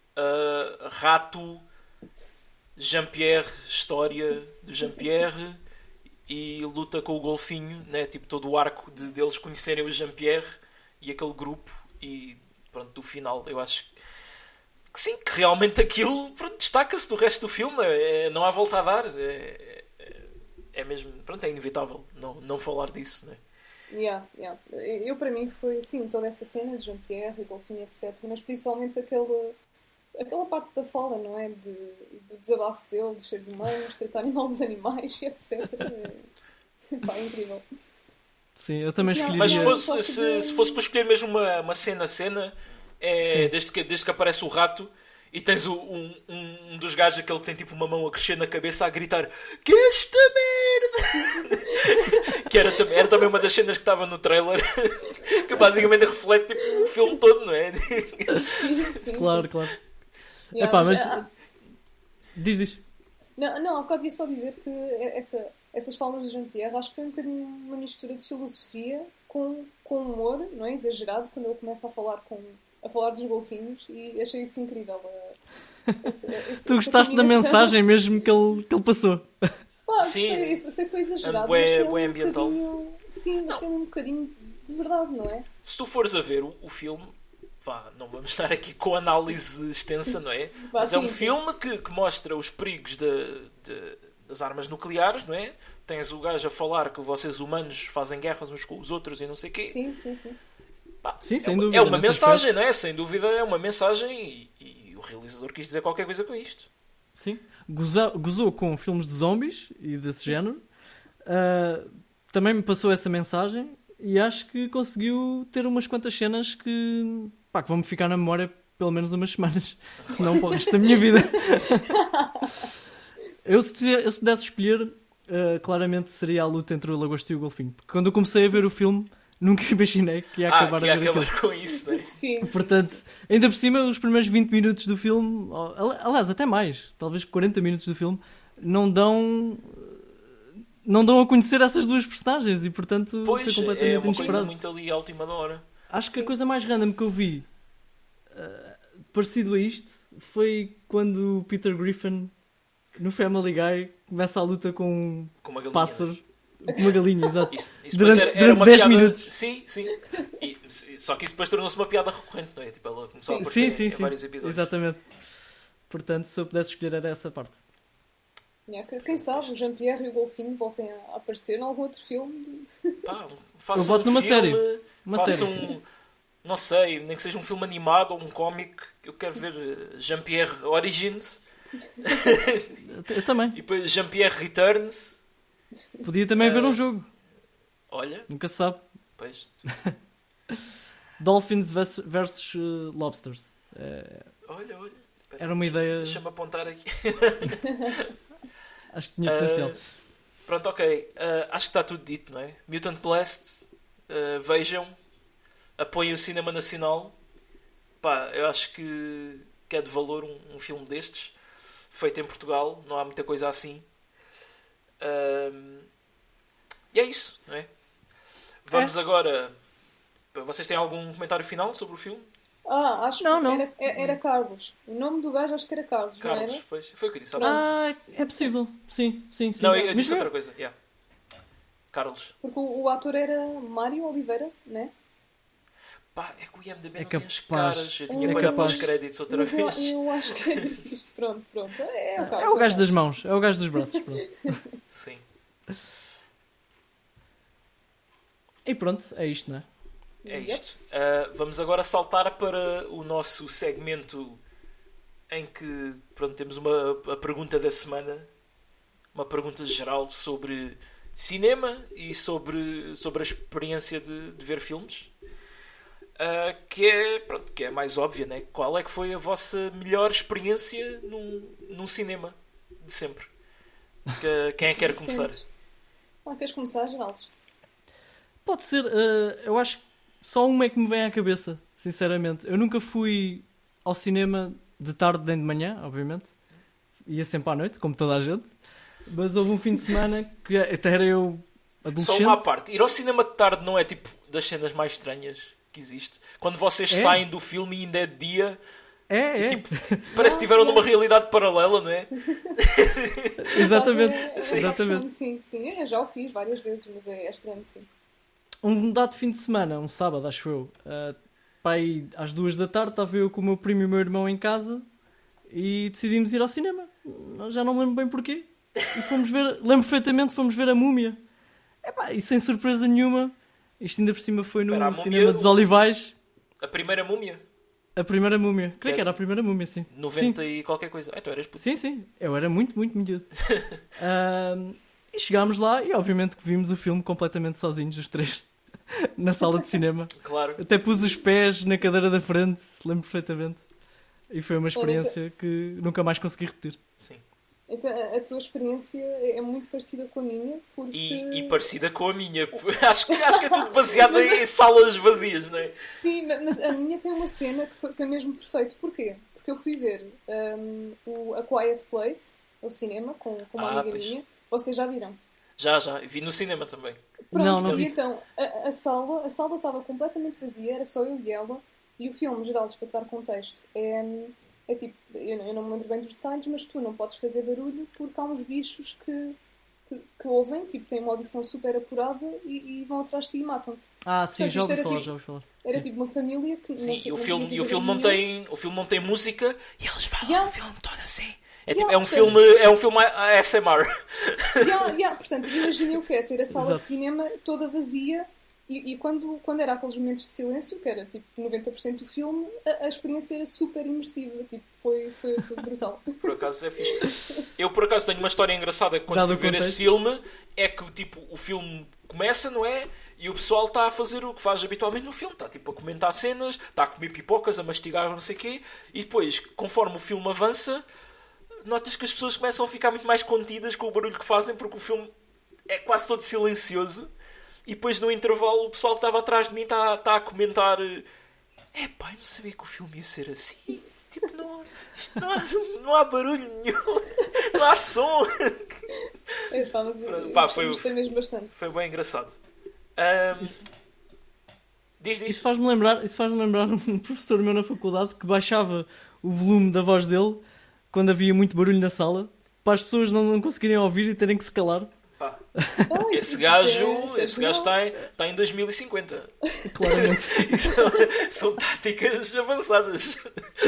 rato, Jean-Pierre, história de Jean-Pierre e luta com o golfinho, né? Tipo todo o arco deles conhecerem o Jean-Pierre e aquele grupo e pronto, do final eu acho que sim, que realmente aquilo destaca-se do resto do filme, não há volta a dar, é mesmo, pronto, é inevitável não falar disso, né? Eu para mim foi sim, toda essa cena de Jean-Pierre e golfinho, etc. Mas principalmente aquela parte da fala, não é? Do desabafo dele, dos seres humanos, tratarem mal dos animais, etc. É incrível. Sim, eu também escolheria. Mas Não, se fosse para escolher mesmo uma cena, Sim. desde que aparece o rato e tens um dos gajos, aquele que tem tipo uma mão a crescer na cabeça a gritar que esta merda que era também uma das cenas que estava no trailer que basicamente reflete tipo, o filme todo, não é? Sim. Claro. Epá, mas... Diz. Não, há bocado ia só dizer que essas falas de Jean-Pierre acho que foi um bocadinho uma mistura de filosofia com humor, não é? Exagerado, quando ele começa a falar dos golfinhos, e achei isso incrível. Tu gostaste da mensagem mesmo que ele passou. Sim. Eu sei que foi exagerado, Bué- mas tem bué ambiental. Sim, mas tem um bocadinho de verdade, não é? Se tu fores a ver o filme, não vamos estar aqui com análise extensa, não é? Mas é um filme que mostra os perigos das armas nucleares, não é? Tens o gajo a falar que vocês humanos fazem guerras uns com os outros e não sei o quê. Sim. Sim, sem dúvida. É uma nesse mensagem, aspecto. não é? Sem dúvida é uma mensagem e o realizador quis dizer qualquer coisa com isto. Sim. Gozou com filmes de zombies e desse género. Também me passou essa mensagem. e acho que conseguiu ter umas quantas cenas que vão-me ficar na memória pelo menos umas semanas, se não para o resto da minha vida. Se pudesse escolher, claramente seria a luta entre o Lagosta e o Golfinho, porque quando eu comecei a ver o filme nunca imaginei que ia acabar, com isso, né? Sim. Portanto, ainda por cima, os primeiros 20 minutos do filme, aliás, até mais, talvez 40 minutos do filme, não dão a conhecer essas duas personagens e, portanto, pois, foi completamente é uma inesperado. coisa muito ali à última da hora. Acho que a coisa mais random que eu vi parecido a isto foi quando o Peter Griffin no Family Guy começa a luta com uma galinha, pássaro, com uma galinha, exato. Isso durante era uma 10 piada... minutos. Sim. Só que isso depois tornou-se uma piada recorrente, não é? Tipo, ela começou a aparecer em vários episódios. Exatamente. Portanto, se eu pudesse escolher era essa parte. Quem sabe o Jean-Pierre e o Golfinho voltem a aparecer em algum outro filme. Façam eu voto numa série. Série. Não sei, nem que seja um filme animado ou um cómic. Eu quero ver Jean-Pierre Origins. Eu também. E depois Jean-Pierre Returns. Podia também ver um jogo. Olha. Nunca se sabe. Pois. Dolphins versus Lobsters. Olha. Era uma ideia... Deixa-me apontar aqui. Acho que tinha potencial. Pronto, ok. Acho que está tudo dito, não é? Mutant Blast. Vejam. Apoiem o cinema nacional. Eu acho que é de valor um filme destes. Feito em Portugal. Não há muita coisa assim. E é isso, não é? Vamos agora... Vocês têm algum comentário final sobre o filme? Acho que era Carlos. O nome do gajo acho que era Carlos, não era? Pois. Foi o que eu disse. É possível. Sim. Não, eu disse outra coisa. Yeah. Carlos. Porque o ator era Mário Oliveira, não é? É que o IMDb não tem as caras. Eu tinha que olhar para os créditos outra vez. Eu acho que era isto. Pronto. É o Carlos. É o gajo das mãos. É o gajo dos braços. Pronto. Sim. E pronto, é isto, não é? É isto. Vamos agora saltar para o nosso segmento em que temos a pergunta da semana. Uma pergunta geral sobre cinema e sobre a experiência de ver filmes. Que é mais óbvia, né? Qual é que foi a vossa melhor experiência num cinema de sempre? Quem é que quer começar? Queres começar, Geraldo? Pode ser. Eu acho que só uma é que me vem à cabeça, sinceramente. Eu nunca fui ao cinema de tarde nem de manhã, obviamente. Ia sempre à noite, como toda a gente. Mas houve um fim de semana que até era eu adolescente. Só uma à parte. Ir ao cinema de tarde não é tipo das cenas mais estranhas que existe? Quando vocês saem do filme e ainda é de dia... É. Tipo, parece que estiveram numa realidade paralela, não é? Exatamente. Sim. Eu já o fiz várias vezes, mas é estranho, sim. Um dado fim de semana, um sábado, acho eu, pai, às 2 da tarde, estava eu com o meu primo e o meu irmão em casa e decidimos ir ao cinema. Já não me lembro bem porquê. E fomos ver, lembro perfeitamente, fomos ver a Múmia. E sem surpresa nenhuma, isto ainda por cima foi no cinema dos Olivais. A primeira Múmia? A primeira Múmia. Creio que era a primeira Múmia, sim. 90 sim. E qualquer coisa. Tu eras puto. Sim. Eu era muito, muito miúdo. E chegámos lá e obviamente que vimos o filme completamente sozinhos, os três, na sala de cinema. Claro. Até pus os pés na cadeira da frente, lembro perfeitamente. E foi uma experiência que nunca mais consegui repetir. Sim. Então, a tua experiência é muito parecida com a minha, porque... E parecida com a minha. Acho que é tudo baseado em salas vazias, não é? Sim, mas a minha tem uma cena que foi mesmo perfeito. Porquê? Porque eu fui ver A Quiet Place, ao cinema, com uma amiga minha. Vocês já viram? Já. Vi no cinema também. Pronto, não vi. E então, a sala estava completamente vazia, era só eu e ela. E o filme, Geraldo, para dar contexto, é tipo, eu não me lembro bem dos detalhes, mas tu não podes fazer barulho porque há uns bichos que ouvem, tipo, têm uma audição super apurada e vão atrás de ti e matam-te. Sim, já ouvi falar. Era tipo uma família que... Sim, e o filme não tem música e eles falam o filme todo assim. É um filme ASMR. Portanto, imaginem o que é ter a sala de cinema toda vazia e quando era aqueles momentos de silêncio, que era tipo 90% do filme, a experiência era super imersiva. Tipo, foi brutal. Por acaso é fixe. Eu por acaso tenho uma história engraçada quando fui ver esse filme. É que tipo, o filme começa, não é? E o pessoal está a fazer o que faz habitualmente no filme. Está tipo a comentar cenas, está a comer pipocas, a mastigar não sei o quê. E depois, conforme o filme avança, notas que as pessoas começam a ficar muito mais contidas com o barulho que fazem, porque o filme é quase todo silencioso. E depois no intervalo o pessoal que estava atrás de mim está a comentar: pá, eu não sabia que o filme ia ser assim. Tipo, não há barulho nenhum. Não há som. Pá, mas gostei mesmo bastante. Foi bem engraçado. Diz. Isso faz-me lembrar um professor meu na faculdade que baixava o volume da voz dele quando havia muito barulho na sala, para as pessoas não conseguirem ouvir e terem que se calar. Pá. Esse gajo está em 2050. Claramente. São táticas avançadas.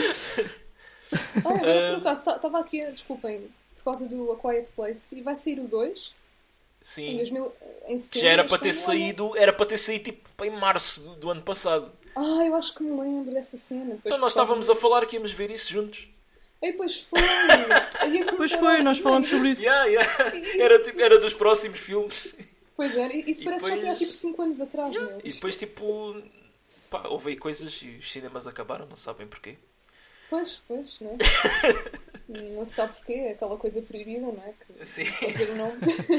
Agora por acaso estava aqui, desculpem, por causa do A Quiet Place, e vai sair o 2. Sim. Em setembro. Que já era para ter saído, tipo em março do ano passado. Eu acho que me lembro dessa cena. Então nós estávamos a falar que íamos ver isso juntos. Pois foi. Pois foi, nós falámos sobre isso. Era dos próximos filmes. Pois era, isso parece que já foi há tipo 5 anos atrás. E depois tipo, pá, houve aí coisas e os cinemas acabaram, não sabem porquê. Pois, não é? Não se sabe porquê, é aquela coisa proibida, não é? Que sim. Pode dizer o nome.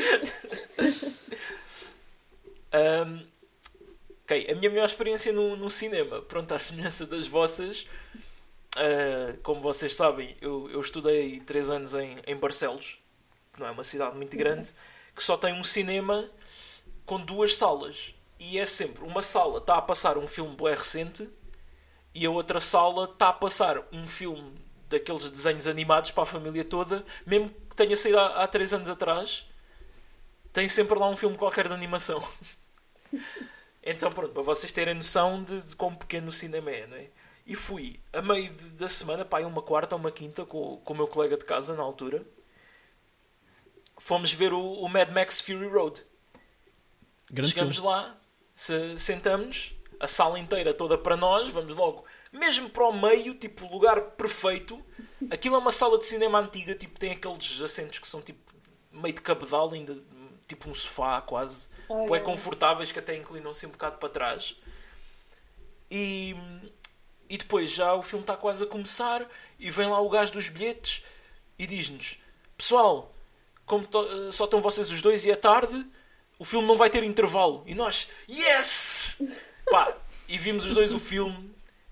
Ok, a minha melhor experiência no cinema, pronto, à semelhança das vossas, como vocês sabem, eu estudei 3 anos em Barcelos, que não é uma cidade muito grande, que só tem um cinema com 2 salas. E é sempre, uma sala está a passar um filme bué recente e a outra sala está a passar um filme daqueles desenhos animados para a família toda, mesmo que tenha saído há 3 anos atrás, tem sempre lá um filme qualquer de animação. Então pronto, para vocês terem noção de quão pequeno o cinema é, não é? E fui a meio da semana, pá, uma quarta ou uma quinta, com o meu colega de casa na altura. Fomos ver o Mad Max Fury Road. Grande Chegamos filme. lá, sentamos, a sala inteira toda para nós, vamos logo, mesmo para o meio, tipo, lugar perfeito. Aquilo é uma sala de cinema antiga, tipo, tem aqueles assentos que são tipo meio de cabedal, ainda tipo um sofá quase, confortáveis, que até inclinam-se um bocado para trás. E depois já o filme está quase a começar e vem lá o gajo dos bilhetes e diz-nos: pessoal, como só estão vocês os dois e é tarde, o filme não vai ter intervalo. E nós, yes! Pá, e vimos os dois o filme.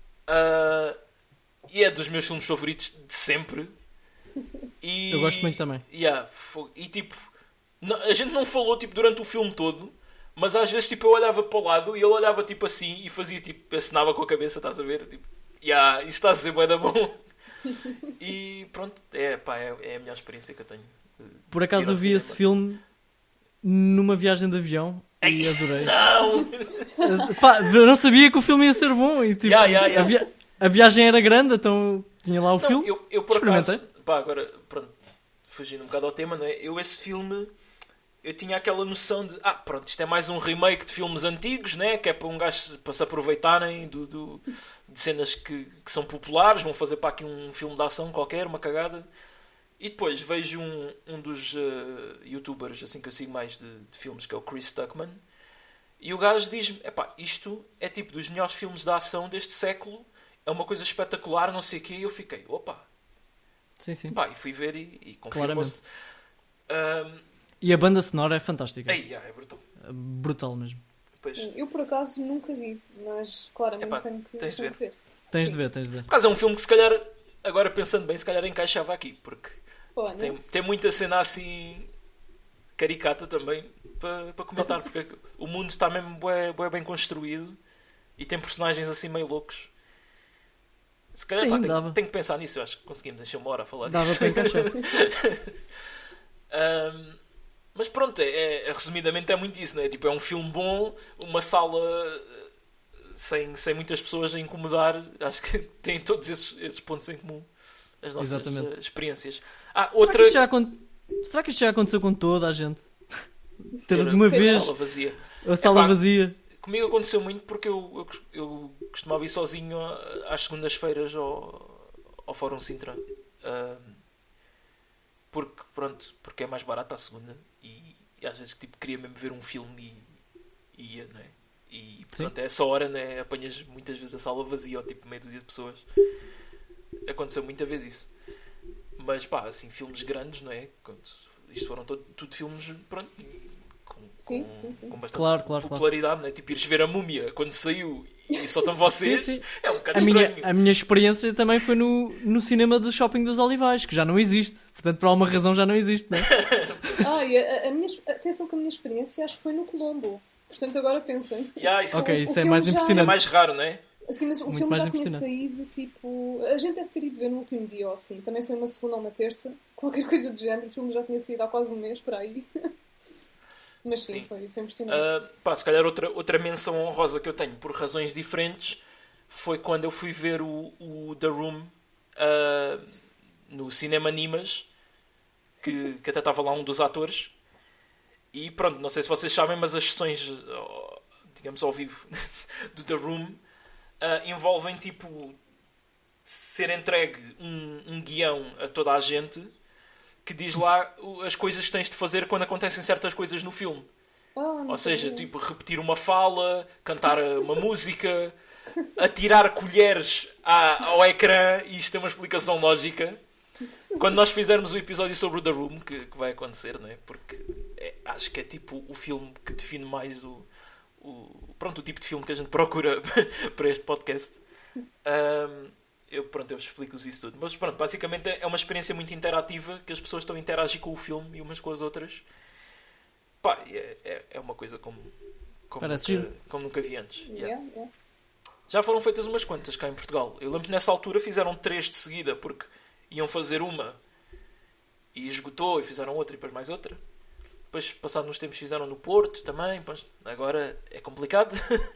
E é dos meus filmes favoritos de sempre. E, eu gosto muito também. E tipo, a gente não falou tipo, durante o filme todo, mas às vezes tipo, eu olhava para o lado e ele olhava tipo assim e fazia tipo, acenava com a cabeça, estás a ver? Tipo, isto está a ser bué da bom. E pronto, é a melhor experiência que eu tenho. Por acaso eu vi esse filme numa viagem de avião e adorei. Não! Pá, eu não sabia que o filme ia ser bom e tipo, a viagem era grande, então tinha lá o filme. Eu por acaso, pá, agora pronto, fugindo um bocado ao tema, não é? Esse filme, eu tinha aquela noção de, pronto, isto é mais um remake de filmes antigos, né? Que é para um gajo para se aproveitarem de cenas que são populares, vão fazer para aqui um filme de ação qualquer, uma cagada. E depois vejo um dos youtubers assim que eu sigo mais de filmes, que é o Chris Tuckman, e o gajo diz-me: isto é tipo dos melhores filmes de ação deste século, é uma coisa espetacular, não sei o quê. E eu fiquei, sim. Pá, e fui ver e confirmou-se. E a banda sonora é fantástica. É brutal. Brutal mesmo. Pois. Eu por acaso nunca vi, mas claramente tenho que ver. Tens de ver. Por acaso é um filme que se calhar, agora pensando bem, se calhar encaixava aqui, porque tem muita cena assim caricata também para comentar, porque o mundo está mesmo bué bem construído e tem personagens assim meio loucos. Se calhar tem que pensar nisso. Eu acho que conseguimos encher uma hora a falar disso. Dava para encaixar. Mas pronto, resumidamente é muito isso, não é? Tipo, é um filme bom, uma sala sem muitas pessoas a incomodar. Acho que tem todos esses pontos em comum, as nossas experiências. Será que isto já aconteceu com toda a gente? Ter de uma vez a sala vazia. Comigo aconteceu muito porque eu costumava ir sozinho às segundas-feiras ao Fórum Sintra. Porque é mais barato à segunda e às vezes tipo, queria mesmo ver um filme ia, não é? E portanto, a essa hora, né, apanhas muitas vezes a sala vazia, ou tipo meia dúzia de pessoas. Aconteceu muita vez isso. Mas pá, assim, filmes grandes, não é? Isto foram tudo filmes, pronto, Sim. com bastante Claro. popularidade, não é? Tipo, ires ver a Múmia quando saiu e só estão vocês, Sim. é um bocado A estranho. minha experiência também foi no cinema do Shopping dos Olivais, que já não existe. Portanto, por alguma razão já não existe, não é? E atenção que a minha experiência acho que foi no Colombo. Portanto, agora pensem. Ok, isso é filme mais já- É impressionante. mais raro, não é? Assim, mas o Muito filme mais já tinha impressionante. saído, tipo... A gente deve ter ido ver no último dia ou assim. Também foi uma segunda ou uma terça. Qualquer coisa do género. O filme já tinha saído há quase um mês, para aí. Mas sim, Sim. foi impressionante. Pá, se calhar outra menção honrosa que eu tenho, por razões diferentes, foi quando eu fui ver o The Room no Cinema Nimas, que até estava lá um dos atores. E pronto, não sei se vocês sabem, mas as sessões, digamos, ao vivo do The Room envolvem, tipo, ser entregue um guião a toda a gente que diz lá as coisas que tens de fazer quando acontecem certas coisas no filme. Não Ou seja, sabia. tipo, repetir uma fala, cantar uma música, atirar colheres ao ecrã, e isto tem uma explicação lógica. Quando nós fizermos o episódio sobre o The Room, que vai acontecer, não é? Porque acho que é tipo o filme que define mais o tipo de filme que a gente procura para este podcast. Eu vos explico-vos isso tudo. Mas pronto, basicamente é uma experiência muito interativa, que as pessoas estão a interagir com o filme e umas com as outras. Pá, é uma coisa como nunca vi antes. Yeah. Já foram feitas umas quantas cá em Portugal. Eu lembro que nessa altura fizeram 3 de seguida, porque iam fazer uma e esgotou, e fizeram outra e depois mais outra. Depois, passados uns tempos, fizeram no Porto também. Pois, agora é complicado.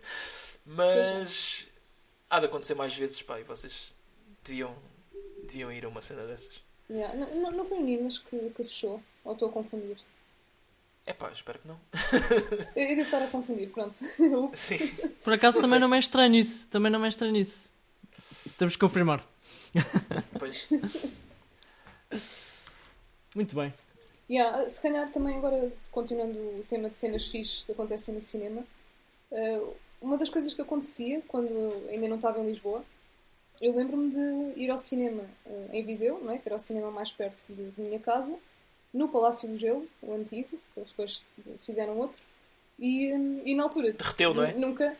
Mas há de acontecer mais vezes, pá, e vocês deviam ir a uma cena dessas. Yeah. Não foi o Nimas que fechou? Ou estou a confundir? É pá, espero que não. Eu devo estar a confundir, pronto. Sim. Por acaso Não também sei. não me é estranho isso. Temos que confirmar. Pois. Muito bem. Yeah, se calhar também agora, continuando o tema de cenas fixes que acontecem no cinema, uma das coisas que acontecia quando eu ainda não estava em Lisboa, eu lembro-me de ir ao cinema em Viseu, não é? Que era o cinema mais perto de minha casa, no Palácio do Gelo, o antigo, eles depois fizeram outro, e na altura... Derreteu, não é? Nunca...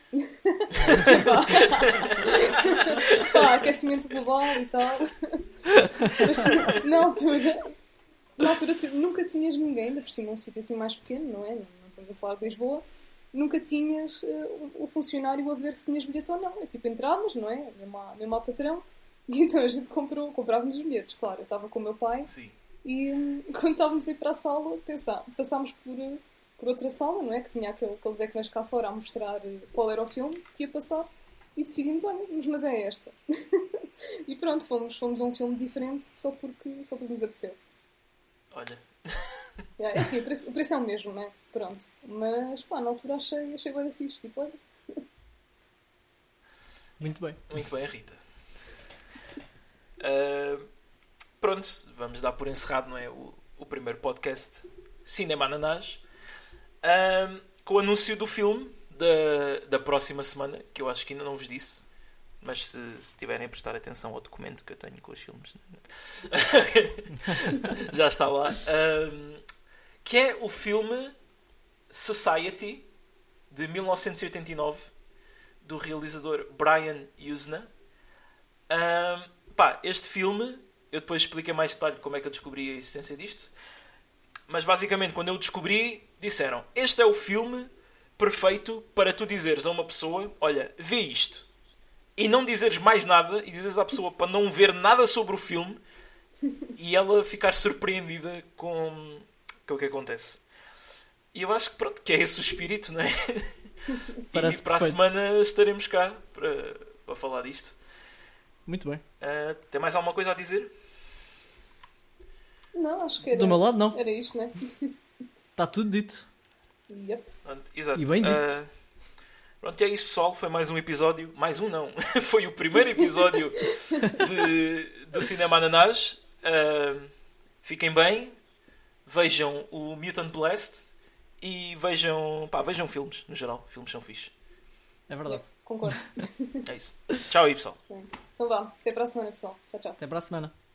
Pá, aquecimento global e tal. Mas na altura tu nunca tinhas ninguém, ainda por cima um sítio assim mais pequeno, não é? Não estamos a falar de Lisboa. Nunca tinhas o funcionário a ver se tinhas bilhete ou não. É tipo, entravas, não é? Mesmo ao patrão. E então a gente comprávamos os bilhetes, claro. Eu estava com o meu pai. Sim. E quando estávamos a ir para a sala, passámos por outra sala, não é? Que tinha aqueles ecrãs cá fora a mostrar qual era o filme que ia passar. E decidimos, olha, mas é esta. E pronto, fomos a um filme diferente só porque nos apeteceu. Olha. É assim, o preço é o mesmo, não é? Pronto. Mas, pá, na altura achei bué da fixe. Tipo, olha. Muito bem. Muito bem, Rita. Pronto, vamos dar por encerrado, não é? O primeiro podcast Cinema Ananás, com o anúncio do filme da próxima semana, que eu acho que ainda não vos disse, mas se tiverem a prestar atenção ao documento que eu tenho com os filmes, já está lá, que é o filme Society, de 1989, do realizador Brian Yuzna. Este filme, eu depois explico em mais detalhe como é que eu descobri a existência disto, mas basicamente quando eu descobri, disseram: este é o filme perfeito para tu dizeres a uma pessoa: olha, vê isto, e não dizeres mais nada, e dizeres à pessoa para não ver nada sobre o filme e ela ficar surpreendida com o que acontece. E eu acho que pronto, que é esse o espírito, não é? Parece e para perfeito. a semana estaremos cá para falar disto. Muito bem. Tem mais alguma coisa a dizer? Não, acho que era... Do meu lado, não. Era isto, não é? Está tudo dito. Yep. Pronto, exato. E bem dito. Pronto, e é isso, pessoal. Foi mais um episódio. Mais um não. Foi o primeiro episódio do Cinema Ananás. Fiquem bem. Vejam o Mutant Blast. e vejam filmes, no geral. Filmes são fixe. É verdade. Concordo. É isso. Tchau aí, pessoal. Então vá, até para a semana, pessoal. Tchau, tchau. Até para a semana.